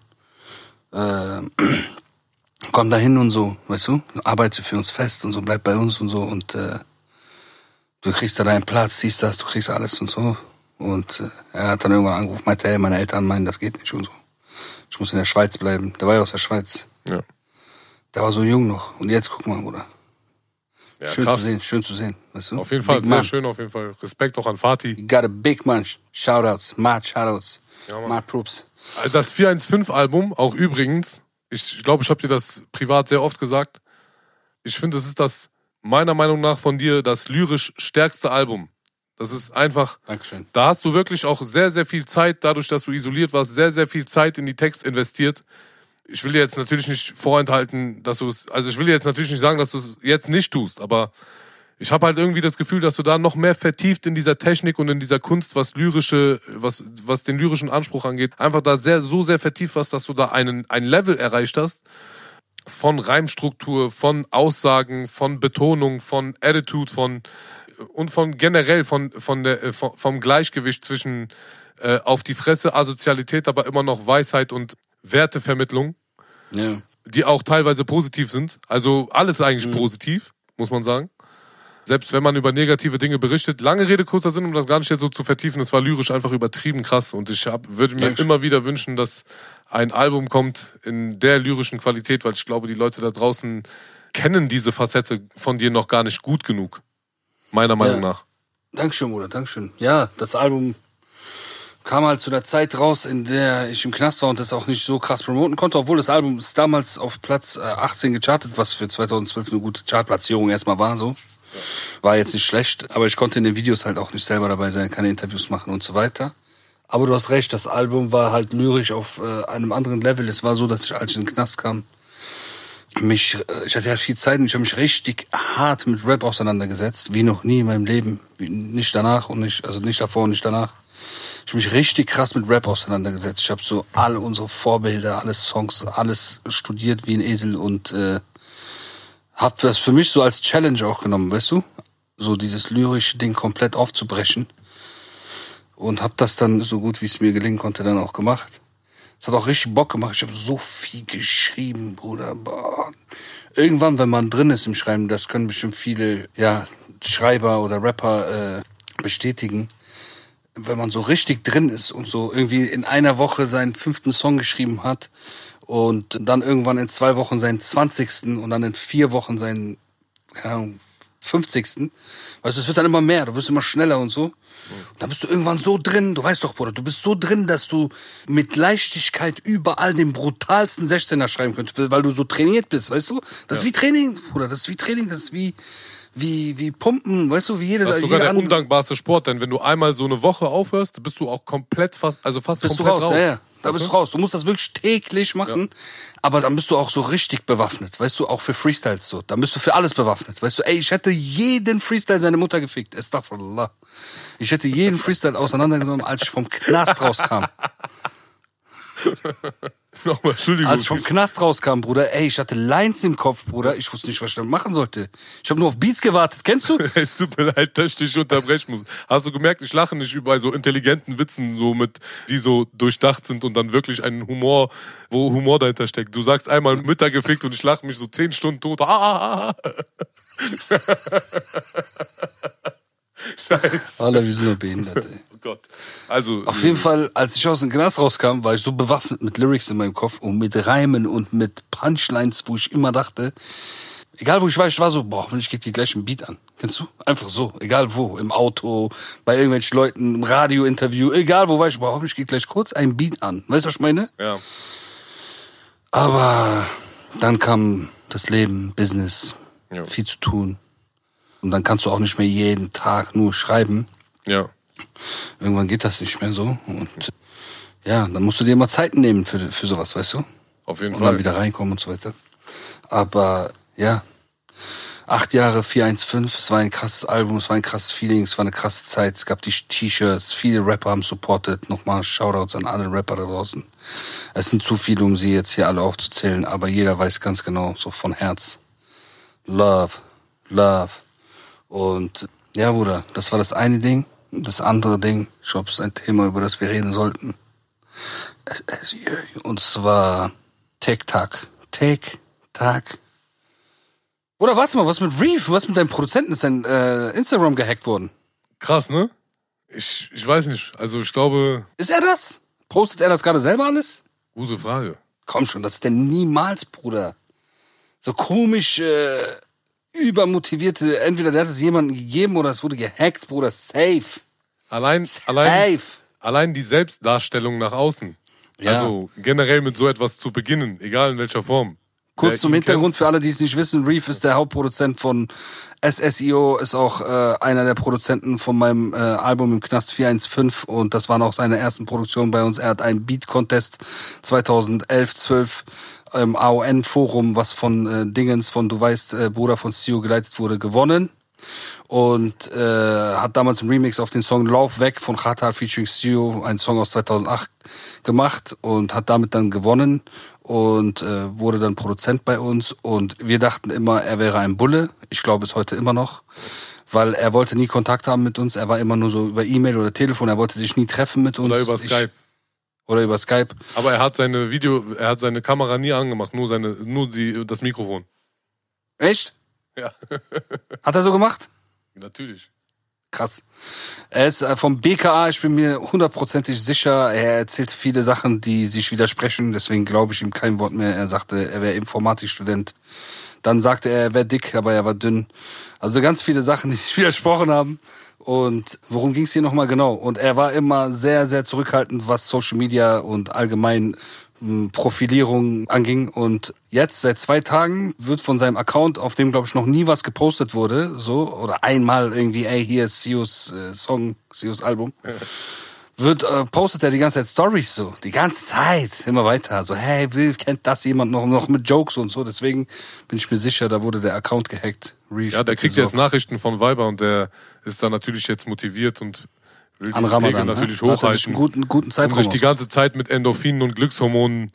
Komm da hin und so, weißt du? Arbeite für uns fest und so, bleib bei uns und so. Und du kriegst da deinen Platz, siehst das, du kriegst alles und so. Und er hat dann irgendwann angerufen, meinte, hey, meine Eltern meinen, das geht nicht und so. Ich muss in der Schweiz bleiben. Der war ja aus der Schweiz. Ja. Der war so jung noch. Und jetzt guck mal, Bruder. Ja, schön krass. Schön zu sehen, weißt du? Auf jeden Fall, big sehr man. schön auf jeden Fall. Respekt auch an Fatih. You got a big man. Shoutouts, mad Shoutouts, Ja, mad Proofs. Das 415-Album, auch übrigens, ich glaube, ich habe dir das privat sehr oft gesagt. Ich finde, es ist das, meiner Meinung nach von dir, das lyrisch stärkste Album. Das ist einfach, Dankeschön. Da hast du wirklich auch sehr, sehr viel Zeit, dadurch, dass du isoliert warst, sehr, sehr viel Zeit in die Text investiert. Ich will dir jetzt natürlich nicht vorenthalten, dass du es, also ich will dir jetzt natürlich nicht sagen, dass du es jetzt nicht tust, aber ich habe halt irgendwie das Gefühl, dass du da noch mehr vertieft in dieser Technik und in dieser Kunst, was den lyrischen Anspruch angeht, einfach da so sehr vertieft warst, dass du da ein Level erreicht hast von Reimstruktur, von Aussagen, von Betonung, von Attitude, und von generell vom Gleichgewicht zwischen auf die Fresse, Asozialität, aber immer noch Weisheit und Wertevermittlung, die auch teilweise positiv sind. Also alles eigentlich positiv, muss man sagen. Selbst wenn man über negative Dinge berichtet. Lange Rede, kurzer Sinn, um das gar nicht jetzt so zu vertiefen. Es war lyrisch einfach übertrieben krass. Und ich würde mir immer wieder wünschen, dass ein Album kommt in der lyrischen Qualität, weil ich glaube, die Leute da draußen kennen diese Facette von dir noch gar nicht gut genug. Meiner Meinung nach. Dankeschön, Bruder, Dankeschön. Ja, das Album kam halt zu der Zeit raus, in der ich im Knast war und das auch nicht so krass promoten konnte, obwohl das Album ist damals auf Platz 18 gechartet, was für 2012 eine gute Chartplatzierung erstmal war, so. War jetzt nicht schlecht, aber ich konnte in den Videos halt auch nicht selber dabei sein, keine Interviews machen und so weiter. Aber du hast recht, das Album war halt lyrisch auf einem anderen Level. Es war so, dass ich, als ich in den Knast kam, ich hatte ja viel Zeit und ich habe mich richtig hart mit Rap auseinandergesetzt, wie noch nie in meinem Leben. Nicht danach und nicht, also nicht davor und nicht danach. Ich habe mich richtig krass mit Rap auseinandergesetzt. Ich habe so alle unsere Vorbilder, alle Songs, alles studiert wie ein Esel und habe das für mich so als Challenge auch genommen, weißt du? So dieses lyrische Ding komplett aufzubrechen. Und habe das dann so gut, wie es mir gelingen konnte, dann auch gemacht. Es hat auch richtig Bock gemacht. Ich habe so viel geschrieben, Bruder. Boah. Irgendwann, wenn man drin ist im Schreiben, das können bestimmt viele Schreiber oder Rapper bestätigen. Wenn man so richtig drin ist und so irgendwie in einer Woche seinen 5. Song geschrieben hat und dann irgendwann in 2 Wochen seinen 20. und dann in 4 Wochen seinen, keine Ahnung, 50. Weißt du, es wird dann immer mehr, du wirst immer schneller und so. Und dann bist du irgendwann so drin, du weißt doch, Bruder, du bist so drin, dass du mit Leichtigkeit überall den brutalsten 16er schreiben könntest, weil du so trainiert bist, weißt du? Das ist wie Training, Bruder, das ist wie Training, das ist wie Pumpen, weißt du, wie jedes... Das ist sogar der undankbarste Sport, denn wenn du einmal so eine Woche aufhörst, bist du auch komplett fast komplett raus. Ja. Da bist du raus. Du musst das wirklich täglich machen, aber dann bist du auch so richtig bewaffnet, weißt du, auch für Freestyles so. Dann bist du für alles bewaffnet, weißt du. Ey, ich hätte jeden Freestyle seine Mutter gefickt. Astaghfirullah. Ich hätte jeden Freestyle auseinandergenommen, als ich vom Knast rauskam. Nochmal, Entschuldigung. Als ich vom Knast rauskam, Bruder, ey, ich hatte Lines im Kopf, Bruder. Ich wusste nicht, was ich damit machen sollte. Ich habe nur auf Beats gewartet. Kennst du? Es tut mir leid, dass ich dich unterbrechen muss. Hast du gemerkt, ich lache nicht über so intelligenten Witzen, so die so durchdacht sind und dann wirklich einen Humor, wo Humor dahinter steckt. Du sagst einmal Mütter gefickt und ich lache mich so 10 Stunden tot. Scheiße. Alter, wir sind nur behindert, ey. Oh Gott. Also, auf jeden Fall, als ich aus dem Knast rauskam, war ich so bewaffnet mit Lyrics in meinem Kopf und mit Reimen und mit Punchlines, wo ich immer dachte, egal wo ich war so, boah, ich krieg dir gleich einen Beat an. Kennst du? Einfach so, egal wo, im Auto, bei irgendwelchen Leuten, im Radiointerview, egal wo war ich, boah, ich krieg gleich kurz einen Beat an. Weißt du, was ich meine? Ja. Aber dann kam das Leben, Business, viel zu tun. Und dann kannst du auch nicht mehr jeden Tag nur schreiben. Ja. Irgendwann geht das nicht mehr so. Und ja, dann musst du dir mal Zeit nehmen für sowas, weißt du? Auf jeden und Fall. dann wieder reinkommen und so weiter. Aber ja, 8 Jahre, 415, es war ein krasses Album, es war ein krasses Feeling, es war eine krasse Zeit. Es gab die T-Shirts, viele Rapper haben supportet. Nochmal Shoutouts an alle Rapper da draußen. Es sind zu viele, um sie jetzt hier alle aufzuzählen, aber jeder weiß ganz genau, so von Herz. Love. Und ja, Bruder, das war das eine Ding. Das andere Ding, ich glaube, es ist ein Thema, über das wir reden sollten. Und zwar TikTok. Oder warte mal, was mit Reef? Was mit deinem Produzenten? Ist dein Instagram gehackt worden? Krass, ne? Ich weiß nicht. Also ich glaube... Ist er das? Postet er das gerade selber alles? Gute Frage. Komm schon, das ist denn niemals, Bruder. So komisch... übermotivierte, entweder der hat es jemandem gegeben oder es wurde gehackt, Bruder, safe. Allein die Selbstdarstellung nach außen. Ja. Also generell mit so etwas zu beginnen, egal in welcher Form. Kurz zum Hintergrund für alle, die es nicht wissen, Reef ist der Hauptproduzent von SSIO, ist auch einer der Produzenten von meinem Album im Knast 415 und das waren auch seine ersten Produktionen bei uns. Er hat einen Beat-Contest 2011-12 im AON-Forum, was von Dingens, von, du weißt, Bruder von Sio geleitet wurde, gewonnen. Und hat damals einen Remix auf den Song Lauf weg von Khatar featuring Sio, ein Song aus 2008, gemacht und hat damit dann gewonnen und wurde dann Produzent bei uns. Und wir dachten immer, er wäre ein Bulle. Ich glaube es heute immer noch. Weil er wollte nie Kontakt haben mit uns. Er war immer nur so über E-Mail oder Telefon. Er wollte sich nie treffen mit uns. Oder über Skype. Aber er hat seine Kamera nie angemacht, nur das Mikrofon. Echt? Ja. Hat er so gemacht? Natürlich. Krass. Er ist vom BKA, ich bin mir 100% sicher, er erzählt viele Sachen, die sich widersprechen, deswegen glaube ich ihm kein Wort mehr. Er sagte, er wäre Informatikstudent. Dann sagte er wäre dick, aber er war dünn. Also ganz viele Sachen, die sich widersprochen haben. Und worum ging es hier nochmal genau? Und er war immer sehr, sehr zurückhaltend, was Social Media und allgemein Profilierung anging. Und jetzt, seit 2 Tagen, wird von seinem Account, auf dem, glaube ich, noch nie was gepostet wurde, so, oder einmal irgendwie, ey, hier ist Sios Song, Sios Album, postet er die ganze Zeit Stories so, die ganze Zeit, immer weiter, so, hey, kennt das jemand noch mit Jokes und so, deswegen bin ich mir sicher, da wurde der Account gehackt. Reef, ja, der kriegt jetzt Nachrichten von Viber und der ist da natürlich jetzt motiviert und will an diesen Ramadan, Pegel natürlich ne? hochhalten. Einen guten Zeitraum. Um sich die ganze Zeit mit Endorphinen und Glückshormonen,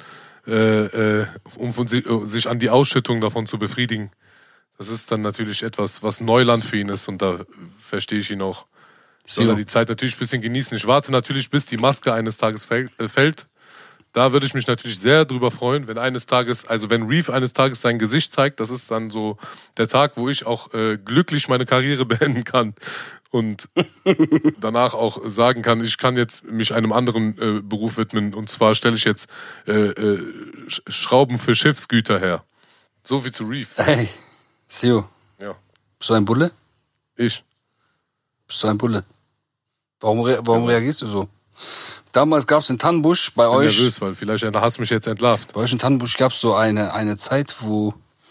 sich an die Ausschüttung davon zu befriedigen. Das ist dann natürlich etwas, was Neuland für ihn ist und da verstehe ich ihn auch. Soll er die Zeit natürlich ein bisschen genießen. Ich warte natürlich, bis die Maske eines Tages fällt. Da würde ich mich natürlich sehr drüber freuen, wenn wenn Reef eines Tages sein Gesicht zeigt, das ist dann so der Tag, wo ich auch glücklich meine Karriere beenden kann und danach auch sagen kann, ich kann jetzt mich einem anderen Beruf widmen und zwar stelle ich jetzt Schrauben für Schiffsgüter her. So viel zu Reef. Hey, Sio. Ja. Bist du ein Bulle? Ich. Bist du ein Bulle? Warum reagierst du so? Damals gab es in Tannenbusch bei euch. Ich bin nervös, weil vielleicht hast du mich jetzt entlarvt. Bei euch in Tannenbusch gab es so eine Zeit, wo,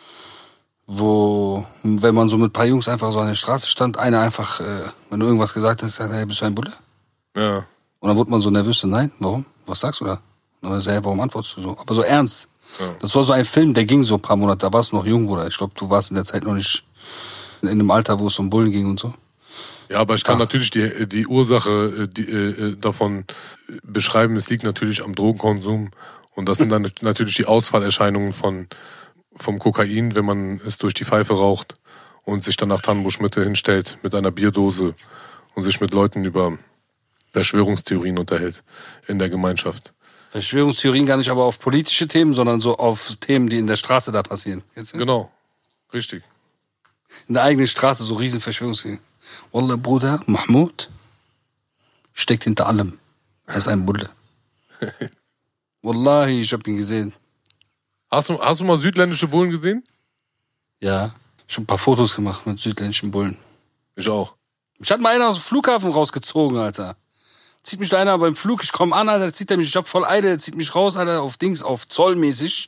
wenn man so mit ein paar Jungs einfach so an der Straße stand, einer einfach, wenn du irgendwas gesagt hast, sagt, hey, bist du ein Bulle? Ja. Und dann wurde man so nervös, so, nein, warum? Was sagst du da? Und dann sagt, hey, warum antwortest du so? Aber so ernst. Ja. Das war so ein Film, der ging so ein paar Monate, da warst du noch jung, Bruder. Ich glaube, du warst in der Zeit noch nicht in einem Alter, wo es um Bullen ging und so. Ja, aber ich kann natürlich die Ursache davon beschreiben. Es liegt natürlich am Drogenkonsum. Und das sind dann natürlich die Ausfallerscheinungen vom Kokain, wenn man es durch die Pfeife raucht und sich dann nach Tannenbuschmitte hinstellt mit einer Bierdose und sich mit Leuten über Verschwörungstheorien unterhält in der Gemeinschaft. Verschwörungstheorien gar nicht aber auf politische Themen, sondern so auf Themen, die in der Straße da passieren. Jetzt, ja? Genau, richtig. In der eigenen Straße so riesen Verschwörungstheorien. Wallah, Bruder, Mahmoud steckt hinter allem. Er ist ein Bulle. Wallahi, ich hab ihn gesehen. Hast du mal südländische Bullen gesehen? Ja, ich hab ein paar Fotos gemacht mit südländischen Bullen. Ich auch. Mich hat mal einer aus dem Flughafen rausgezogen, Alter. Zieht mich da einer beim Flug, ich komm an, Alter, zieht er mich, ich hab voll Eile, der zieht mich raus, Alter, auf Zollmäßig.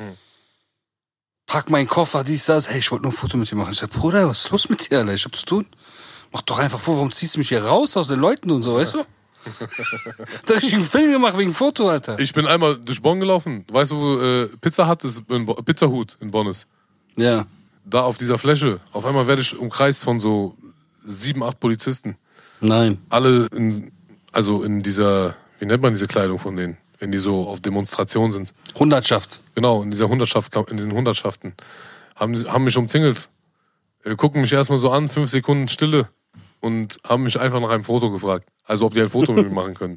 Pack meinen Koffer, dies, das. Hey, ich wollte nur ein Foto mit dir machen. Ich sag, Bruder, was ist los mit dir, Alter? Ich hab zu tun. Mach doch einfach vor, warum ziehst du mich hier raus aus den Leuten und so, weißt du? Da hab ich einen Film gemacht wegen Foto, Alter. Ich bin einmal durch Bonn gelaufen. Weißt du, wo Pizza Hut ist? Pizza Hut in Bonn ist. Ja. Da auf dieser Fläche. Auf einmal werde ich umkreist von so 7, 8 Polizisten. Nein. Alle in dieser, wie nennt man diese Kleidung von denen? Wenn die so auf Demonstration sind. Hundertschaft. Genau, in diesen Hundertschaften. Haben mich umzingelt. Gucken mich erstmal so an, 5 Sekunden Stille. Und haben mich einfach nach einem Foto gefragt. Also ob die ein Foto mit mir machen können.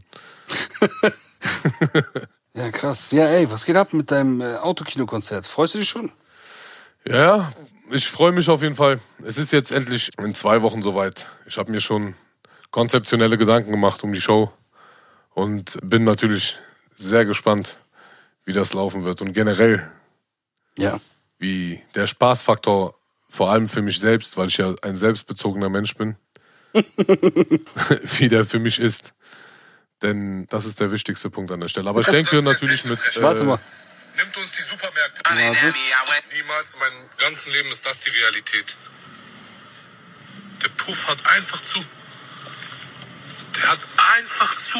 Ja, krass. Ja, ey, was geht ab mit deinem Autokino-Konzert? Freust du dich schon? Ja, ich freue mich auf jeden Fall. Es ist jetzt endlich in 2 Wochen soweit. Ich habe mir schon konzeptionelle Gedanken gemacht um die Show. Und bin natürlich sehr gespannt, wie das laufen wird. Und generell, ja, wie der Spaßfaktor, vor allem für mich selbst, weil ich ja ein selbstbezogener Mensch bin, wie der für mich ist. Denn das ist der wichtigste Punkt an der Stelle. Aber ich denke natürlich mit... Warte mal. Nimmt uns die Supermärkte. Niemals in meinem ganzen Leben ist das die Realität. Der Puff hat einfach zu. Der hat einfach zu.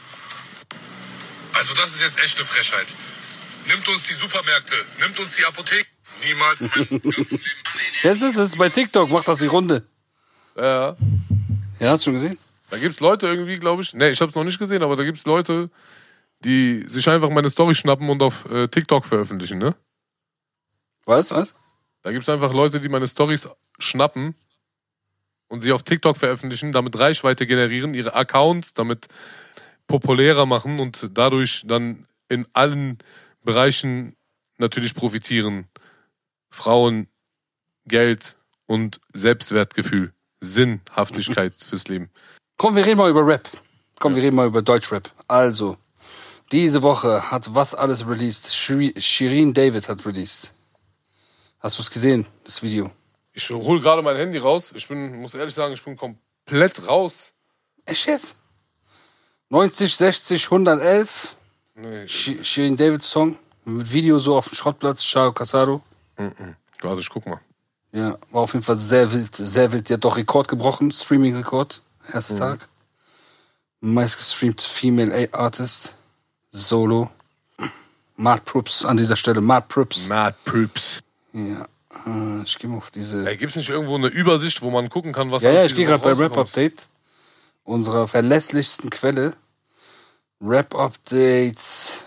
Also das ist jetzt echt eine Frechheit. Nimmt uns die Supermärkte, nimmt uns die Apotheken. Niemals in meinem ganzen Leben. Jetzt ist es bei TikTok, macht das die Runde. Ja. Ja, hast du schon gesehen? Da gibt's Leute irgendwie, glaube ich. Nee, ich hab's noch nicht gesehen, aber da gibt's Leute, die sich einfach meine Story schnappen und auf TikTok veröffentlichen, ne? Was? Da gibt's einfach Leute, die meine Stories schnappen und sie auf TikTok veröffentlichen, damit Reichweite generieren, ihre Accounts damit populärer machen und dadurch dann in allen Bereichen natürlich profitieren. Frauen, Geld und Selbstwertgefühl, Sinnhaftigkeit fürs Leben. Komm, wir reden mal über Rap. Wir reden mal über Deutschrap. Also, diese Woche hat was alles released? Shirin David hat released. Hast du es gesehen, das Video? Ich hole gerade mein Handy raus. Muss ehrlich sagen, ich bin komplett raus. Echt jetzt? 90, 60, 111. Nee. Shirin David Song. Mit Video so auf dem Schrottplatz. Chao Casado. Also ich guck mal. Ja, war auf jeden Fall sehr wild. Sehr wild. Die hat doch Rekord gebrochen. Streaming-Rekord. Erster Tag. Meistgestreamt Female Artist. Solo. Mad Proops an dieser Stelle. Mad Proops. Mad Proops. Ja. Ich gehe mal auf diese... Ey, gibt's nicht irgendwo eine Übersicht, wo man gucken kann, was... Ja, alles ich gehe diese gerade bei Woche Rap Update. Unserer verlässlichsten Quelle. Rap Update.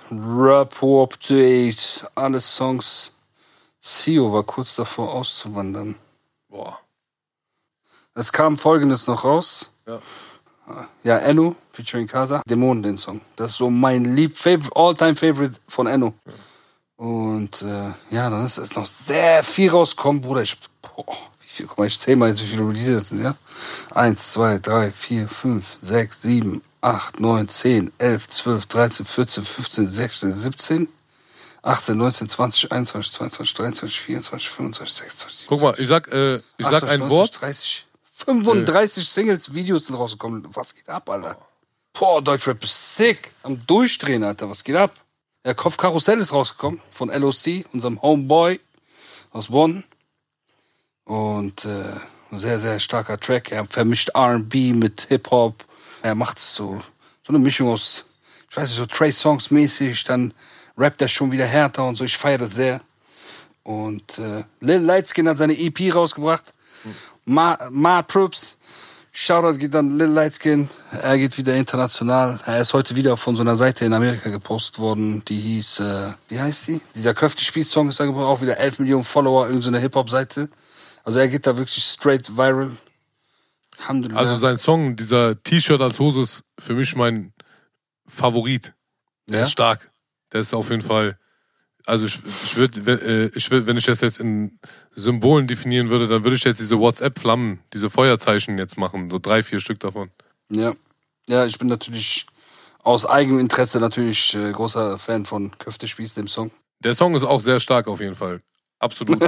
Alle Songs. Sio war kurz davor auszuwandern. Boah. Es kam Folgendes noch raus. Ja. Ja, Enno, featuring Casa. Dämonen, den Song. Das ist so mein All-Time-Favorite von Enno. Ja. Und ja, dann ist noch sehr viel rausgekommen, Bruder. Wie viel? Guck mal, ich zähl mal jetzt, wie viele Releases sind, ja? 1, 2, 3, 4, 5, 6, 7, 8, 9, 10, 11, 12, 13, 14, 15, 16, 17, 18, 19, 20, 21, 22, 23, 24, 25, 26, 27. Guck mal, ich sag 28, ein 90, Wort. 30, 35 Singles, Videos sind rausgekommen. Was geht ab, Alter? Boah, Deutschrap ist sick. Am Durchdrehen, Alter. Was geht ab? Ja, Kopfkarussell ist rausgekommen von LOC, unserem Homeboy aus Bonn. Und sehr, sehr starker Track. Er vermischt R&B mit Hip-Hop. Er macht so eine Mischung aus, ich weiß nicht, so Trey Songs mäßig. Dann rappt er schon wieder härter und so. Ich feiere das sehr. Und Lil Lightskin hat seine EP rausgebracht. Mad Proops. Shoutout geht an Lil Lightskin. Er geht wieder international. Er ist heute wieder von so einer Seite in Amerika gepostet worden. Die hieß, wie heißt die? Dieser Köfte-Spieß-Song ist da gepostet. Auch wieder 11 Millionen Follower, irgendeine Hip-Hop-Seite. Also er geht da wirklich straight viral. Alhamdulillah. Also sein Song, dieser T-Shirt als Hose, ist für mich mein Favorit. Der ist stark. Der ist auf jeden Fall... Also ich würde, wenn ich das jetzt in Symbolen definieren würde, dann würde ich jetzt diese WhatsApp-Flammen, diese Feuerzeichen jetzt machen, so 3, 4 Stück davon. Ja, ich bin natürlich aus eigenem Interesse natürlich großer Fan von Köftespieß, dem Song. Der Song ist auch sehr stark auf jeden Fall, absolut.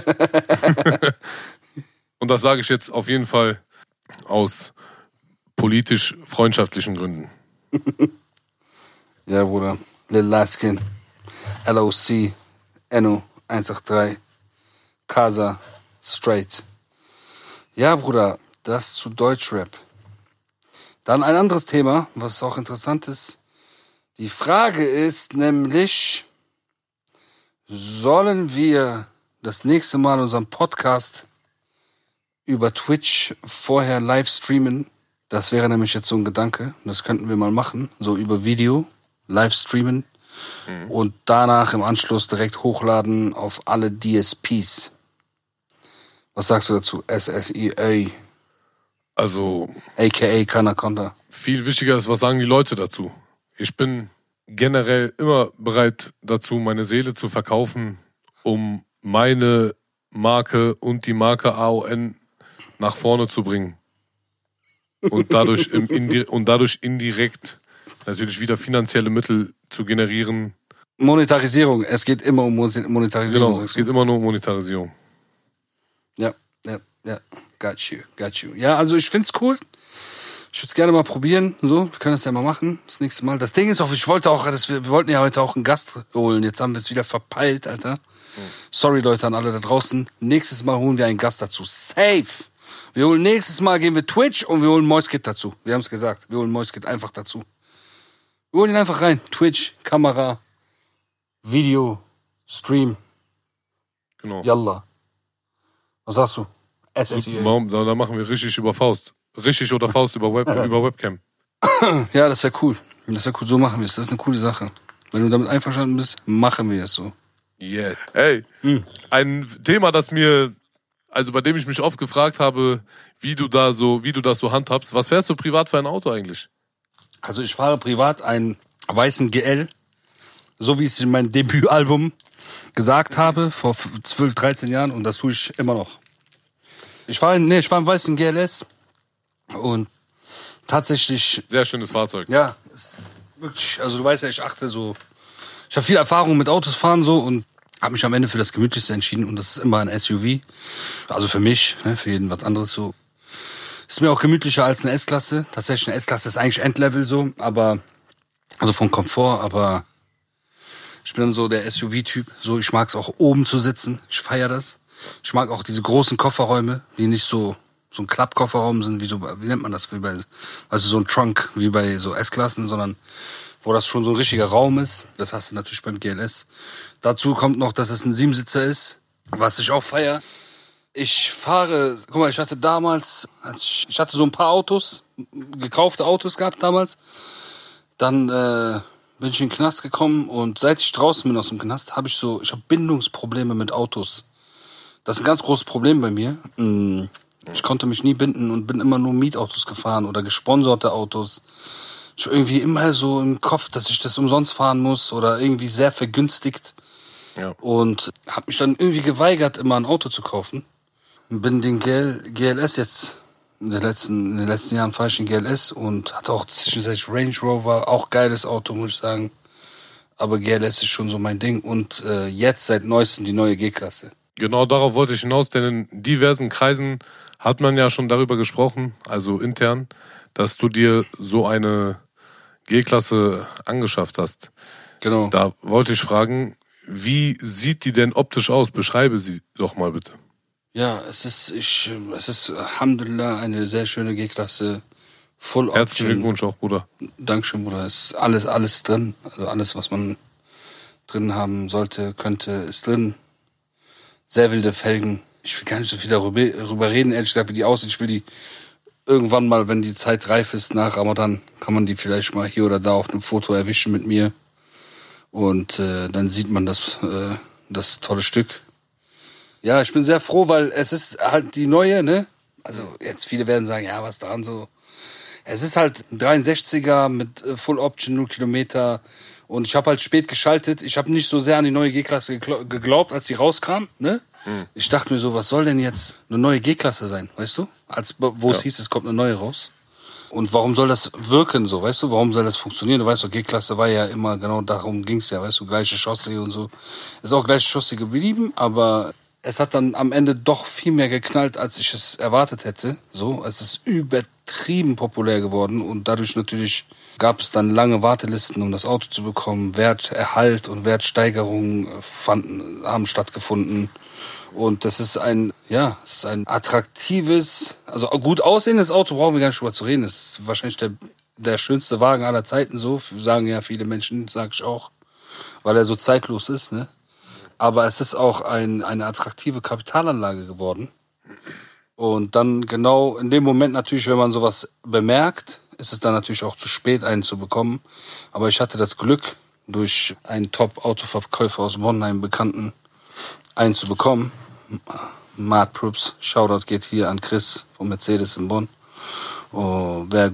Und das sage ich jetzt auf jeden Fall aus politisch-freundschaftlichen Gründen. Ja, Bruder. Lil Laskin, LOC, Enno, 183, Casa, Straight. Ja, Bruder, das zu Deutschrap. Dann ein anderes Thema, was auch interessant ist. Die Frage ist nämlich, sollen wir das nächste Mal unseren Podcast über Twitch vorher live streamen? Das wäre nämlich jetzt so ein Gedanke. Das könnten wir mal machen, so über Video, live streamen. Und danach im Anschluss direkt hochladen auf alle DSPs. Was sagst du dazu? SSEA. Also... A.k.a. Kanaconda. Viel wichtiger ist, was sagen die Leute dazu? Ich bin generell immer bereit dazu, meine Seele zu verkaufen, um meine Marke und die Marke AON nach vorne zu bringen. Und dadurch indirekt natürlich wieder finanzielle Mittel zu generieren. Monetarisierung. Es geht immer um Monetarisierung. Genau, es geht immer nur um Monetarisierung. Ja. Got you. Ja, also ich find's cool. Ich würde es gerne mal probieren. So, wir können das ja mal machen. Das nächste Mal. Das Ding ist auch, wir wollten ja heute auch einen Gast holen. Jetzt haben wir es wieder verpeilt, Alter. Sorry, Leute, an alle da draußen. Nächstes Mal holen wir einen Gast dazu. Safe. Nächstes Mal gehen wir Twitch und wir holen Moiskit dazu. Wir haben es gesagt. Wir holen Moiskit einfach dazu. Wir holen ihn einfach rein. Twitch, Kamera, Video, Stream. Genau. Yalla. Was sagst du? SSEA. Da machen wir richtig über Faust. Richtig oder Faust über Webcam. Ja, das wäre cool. So machen wir es. Das ist eine coole Sache. Wenn du damit einverstanden bist, machen wir es so. Yeah. Ey, ein Thema, das mir, also bei dem ich mich oft gefragt habe, wie du das so handhabst. Was fährst du privat für ein Auto eigentlich? Also ich fahre privat einen weißen GL, so wie ich es in meinem Debütalbum gesagt habe, vor 12, 13 Jahren, und das tue ich immer noch. Ich fahre einen weißen GLS und tatsächlich... Sehr schönes Fahrzeug. Ja, ist wirklich, also du weißt ja, ich habe viel Erfahrung mit Autos fahren so und habe mich am Ende für das Gemütlichste entschieden und das ist immer ein SUV. Also für mich, für jeden was anderes so. Ist mir auch gemütlicher als eine S-Klasse. Tatsächlich eine S-Klasse ist eigentlich Endlevel so, aber also vom Komfort, aber ich bin dann so der SUV-Typ. So, ich mag es auch oben zu sitzen. Ich feiere das. Ich mag auch diese großen Kofferräume, die nicht so ein Klappkofferraum sind, wie nennt man das? Wie bei, also so ein Trunk, wie bei so S-Klassen, sondern wo das schon so ein richtiger Raum ist. Das hast du natürlich beim GLS. Dazu kommt noch, dass es ein 7-Sitzer ist, was ich auch feiere. Ich fahre, guck mal, ich hatte damals, ich hatte so ein paar Autos, gekaufte Autos gehabt damals. Dann bin ich in den Knast gekommen und seit ich draußen bin aus dem Knast, habe ich habe Bindungsprobleme mit Autos. Das ist ein ganz großes Problem bei mir. Ich konnte mich nie binden und bin immer nur Mietautos gefahren oder gesponserte Autos. Ich habe irgendwie immer so im Kopf, dass ich das umsonst fahren muss oder irgendwie sehr vergünstigt. Ja. Und habe mich dann irgendwie geweigert, immer ein Auto zu kaufen. Bin den GLS jetzt, in den letzten Jahren fahre ich den GLS und hatte auch zwischenzeitlich Range Rover, auch geiles Auto, muss ich sagen. Aber GLS ist schon so mein Ding. Und jetzt seit neuestem die neue G-Klasse. Genau darauf wollte ich hinaus, denn in diversen Kreisen hat man ja schon darüber gesprochen, also intern, dass du dir so eine G-Klasse angeschafft hast. Genau. Da wollte ich fragen, wie sieht die denn optisch aus? Beschreibe sie doch mal bitte. Ja, es ist Alhamdulillah eine sehr schöne G-Klasse. Full Option. Herzlichen Glückwunsch auch, Bruder. Dankeschön, Bruder. Es ist alles drin. Also alles, was man drin haben sollte, könnte, ist drin. Sehr wilde Felgen. Ich will gar nicht so viel darüber reden, ehrlich gesagt, wie die aussieht. Ich will die irgendwann mal, wenn die Zeit reif ist, nach Ramadan, kann man die vielleicht mal hier oder da auf einem Foto erwischen mit mir. Und dann sieht man das tolle Stück. Ja, ich bin sehr froh, weil es ist halt die neue, ne? Also jetzt viele werden sagen, ja, was daran so. Es ist halt ein 63er mit Full Option, 0 Kilometer. Und ich habe halt spät geschaltet. Ich habe nicht so sehr an die neue G-Klasse geglaubt, als sie rauskam, ne? Ich dachte mir so, was soll denn jetzt eine neue G-Klasse sein, weißt du? Es hieß, es kommt eine neue raus. Und warum soll das wirken so, weißt du? Warum soll das funktionieren? Du weißt doch, G-Klasse war ja immer, genau darum ging's ja, weißt du? Gleiche Chaussee und so. Ist auch gleiche Chaussee geblieben, aber es hat dann am Ende doch viel mehr geknallt, als ich es erwartet hätte. So, es ist übertrieben populär geworden und dadurch natürlich gab es dann lange Wartelisten, um das Auto zu bekommen. Werterhalt und Wertsteigerung haben stattgefunden. Und das ist ein attraktives, also gut aussehendes Auto, brauchen wir gar nicht drüber zu reden. Das ist wahrscheinlich der schönste Wagen aller Zeiten, so sagen ja viele Menschen, sage ich auch, weil er so zeitlos ist, ne? Aber es ist auch eine attraktive Kapitalanlage geworden. Und dann genau in dem Moment natürlich, wenn man sowas bemerkt, ist es dann natürlich auch zu spät, einen zu bekommen. Aber ich hatte das Glück, durch einen Top-Autoverkäufer aus Bonn, einen Bekannten, einen zu bekommen. Mad Props, Shoutout geht hier an Chris von Mercedes in Bonn. Oh, wer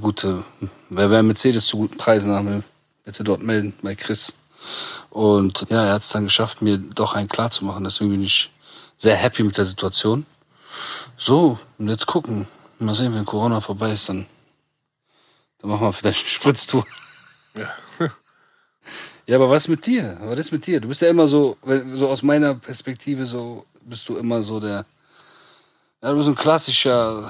Mercedes zu guten Preisen haben will, bitte dort melden bei Chris. Und ja, er hat es dann geschafft, mir doch einen klar zu machen. Deswegen bin ich sehr happy mit der Situation. So, und jetzt gucken. Mal sehen, wenn Corona vorbei ist, dann machen wir vielleicht eine Spritztour. Ja. Ja, aber was ist mit dir? Du bist ja immer so, so aus meiner Perspektive, so bist du immer so du bist ein klassischer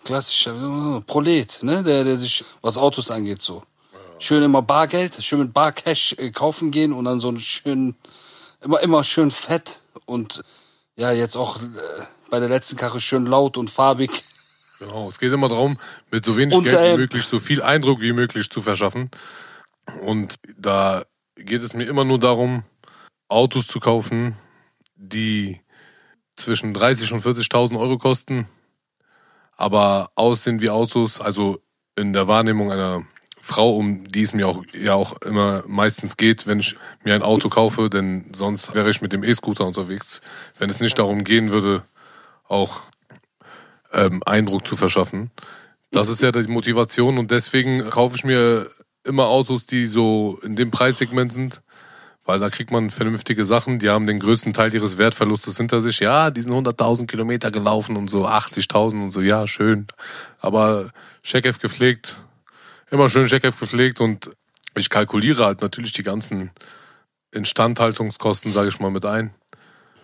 Prolet, ne? Der sich, was Autos angeht, so. Schön immer Bargeld, schön mit Barcash kaufen gehen und dann so einen schönen, immer schön fett und ja, jetzt auch bei der letzten Karre schön laut und farbig. Genau, es geht immer darum, mit so wenig Geld wie möglich, so viel Eindruck wie möglich zu verschaffen. Und da geht es mir immer nur darum, Autos zu kaufen, die zwischen 30.000 und 40.000 Euro kosten, aber aussehen wie Autos, also in der Wahrnehmung einer Frau, um die es mir auch immer meistens geht, wenn ich mir ein Auto kaufe, denn sonst wäre ich mit dem E-Scooter unterwegs, wenn es nicht darum gehen würde, auch Eindruck zu verschaffen. Das ist ja die Motivation und deswegen kaufe ich mir immer Autos, die so in dem Preissegment sind, weil da kriegt man vernünftige Sachen, die haben den größten Teil ihres Wertverlustes hinter sich. Ja, die sind 100.000 Kilometer gelaufen und so 80.000 und so, ja, schön. Aber Scheckev gepflegt, immer schön Scheckev gepflegt und ich kalkuliere halt natürlich die ganzen Instandhaltungskosten, sage ich mal, mit ein.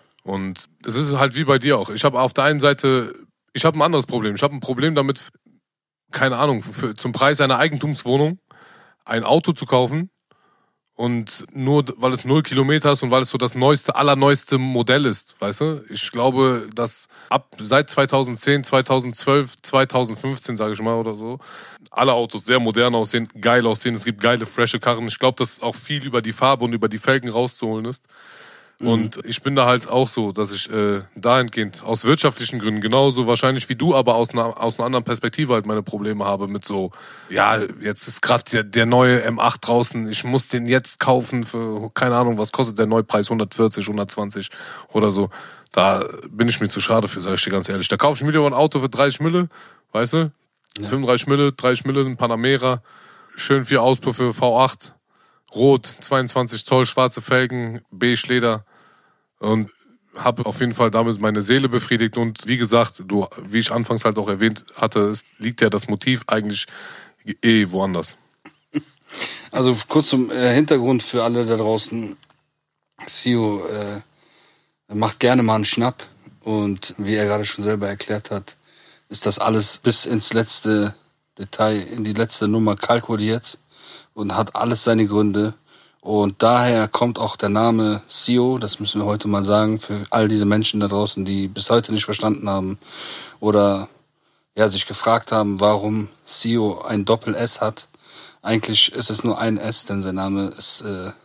Und es ist halt wie bei dir auch. Ich habe auf der einen Seite, ich habe ein anderes Problem. Ich habe ein Problem damit, keine Ahnung, zum Preis einer Eigentumswohnung ein Auto zu kaufen und nur weil es 0 Kilometer ist und weil es so das allerneueste Modell ist, weißt du? Ich glaube, dass seit 2010, 2012, 2015, sage ich mal, oder so, alle Autos sehr modern aussehen, geil aussehen. Es gibt geile, frische Karren. Ich glaube, dass auch viel über die Farbe und über die Felgen rauszuholen ist. Und ich bin da halt auch so, dass ich dahingehend aus wirtschaftlichen Gründen genauso wahrscheinlich wie du, aber aus einer anderen Perspektive halt meine Probleme habe mit so, ja, jetzt ist gerade der neue M8 draußen, ich muss den jetzt kaufen für, keine Ahnung, was kostet der Neupreis, 140, 120 oder so. Da bin ich mir zu schade für, sag ich dir ganz ehrlich. Da kaufe ich mir lieber ein Auto für 30 Mille, weißt du? Ja. 35 Mille, 30 Mille, ein Panamera, schön 4 Auspuffe, V8, Rot, 22 Zoll, schwarze Felgen, beige Leder und habe auf jeden Fall damit meine Seele befriedigt und wie gesagt, wie ich anfangs halt auch erwähnt hatte, liegt ja das Motiv eigentlich woanders. Also kurz zum Hintergrund für alle da draußen. Sio macht gerne mal einen Schnapp und wie er gerade schon selber erklärt hat, ist das alles bis ins letzte Detail, in die letzte Nummer kalkuliert und hat alles seine Gründe. Und daher kommt auch der Name Sio, das müssen wir heute mal sagen, für all diese Menschen da draußen, die bis heute nicht verstanden haben oder ja, sich gefragt haben, warum Sio ein Doppel-S hat. Eigentlich ist es nur ein S, denn sein Name ist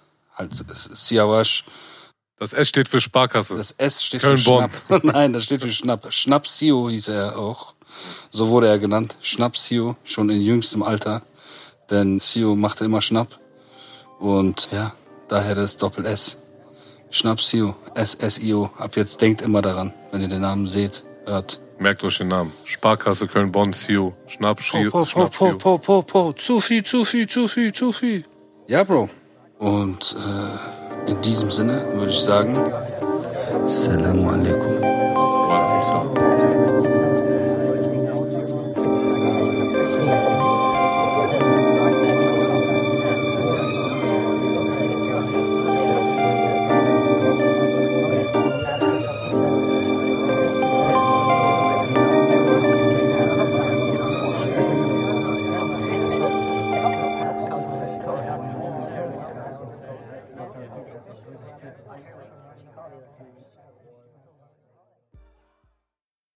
Siawash. Das S steht für Sparkasse. Das S steht Köln-Bonn. für Schnapp. Nein, das steht für Schnapp. Schnapp Sio hieß er auch. So wurde er genannt. Schnapp Sio, schon in jüngstem Alter. Denn Sio machte immer Schnapp. Und ja, daher das Doppel-S. Schnapp Sio, S-S-I-O. Ab jetzt denkt immer daran, wenn ihr den Namen seht, hört. Merkt euch den Namen. Sparkasse Köln-Bonn, Sio. Schnapp Sio. Zu viel. Ja, Bro. Und in diesem Sinne würde ich sagen, Assalamu alaikum. Wa alaikum salam. Thank you.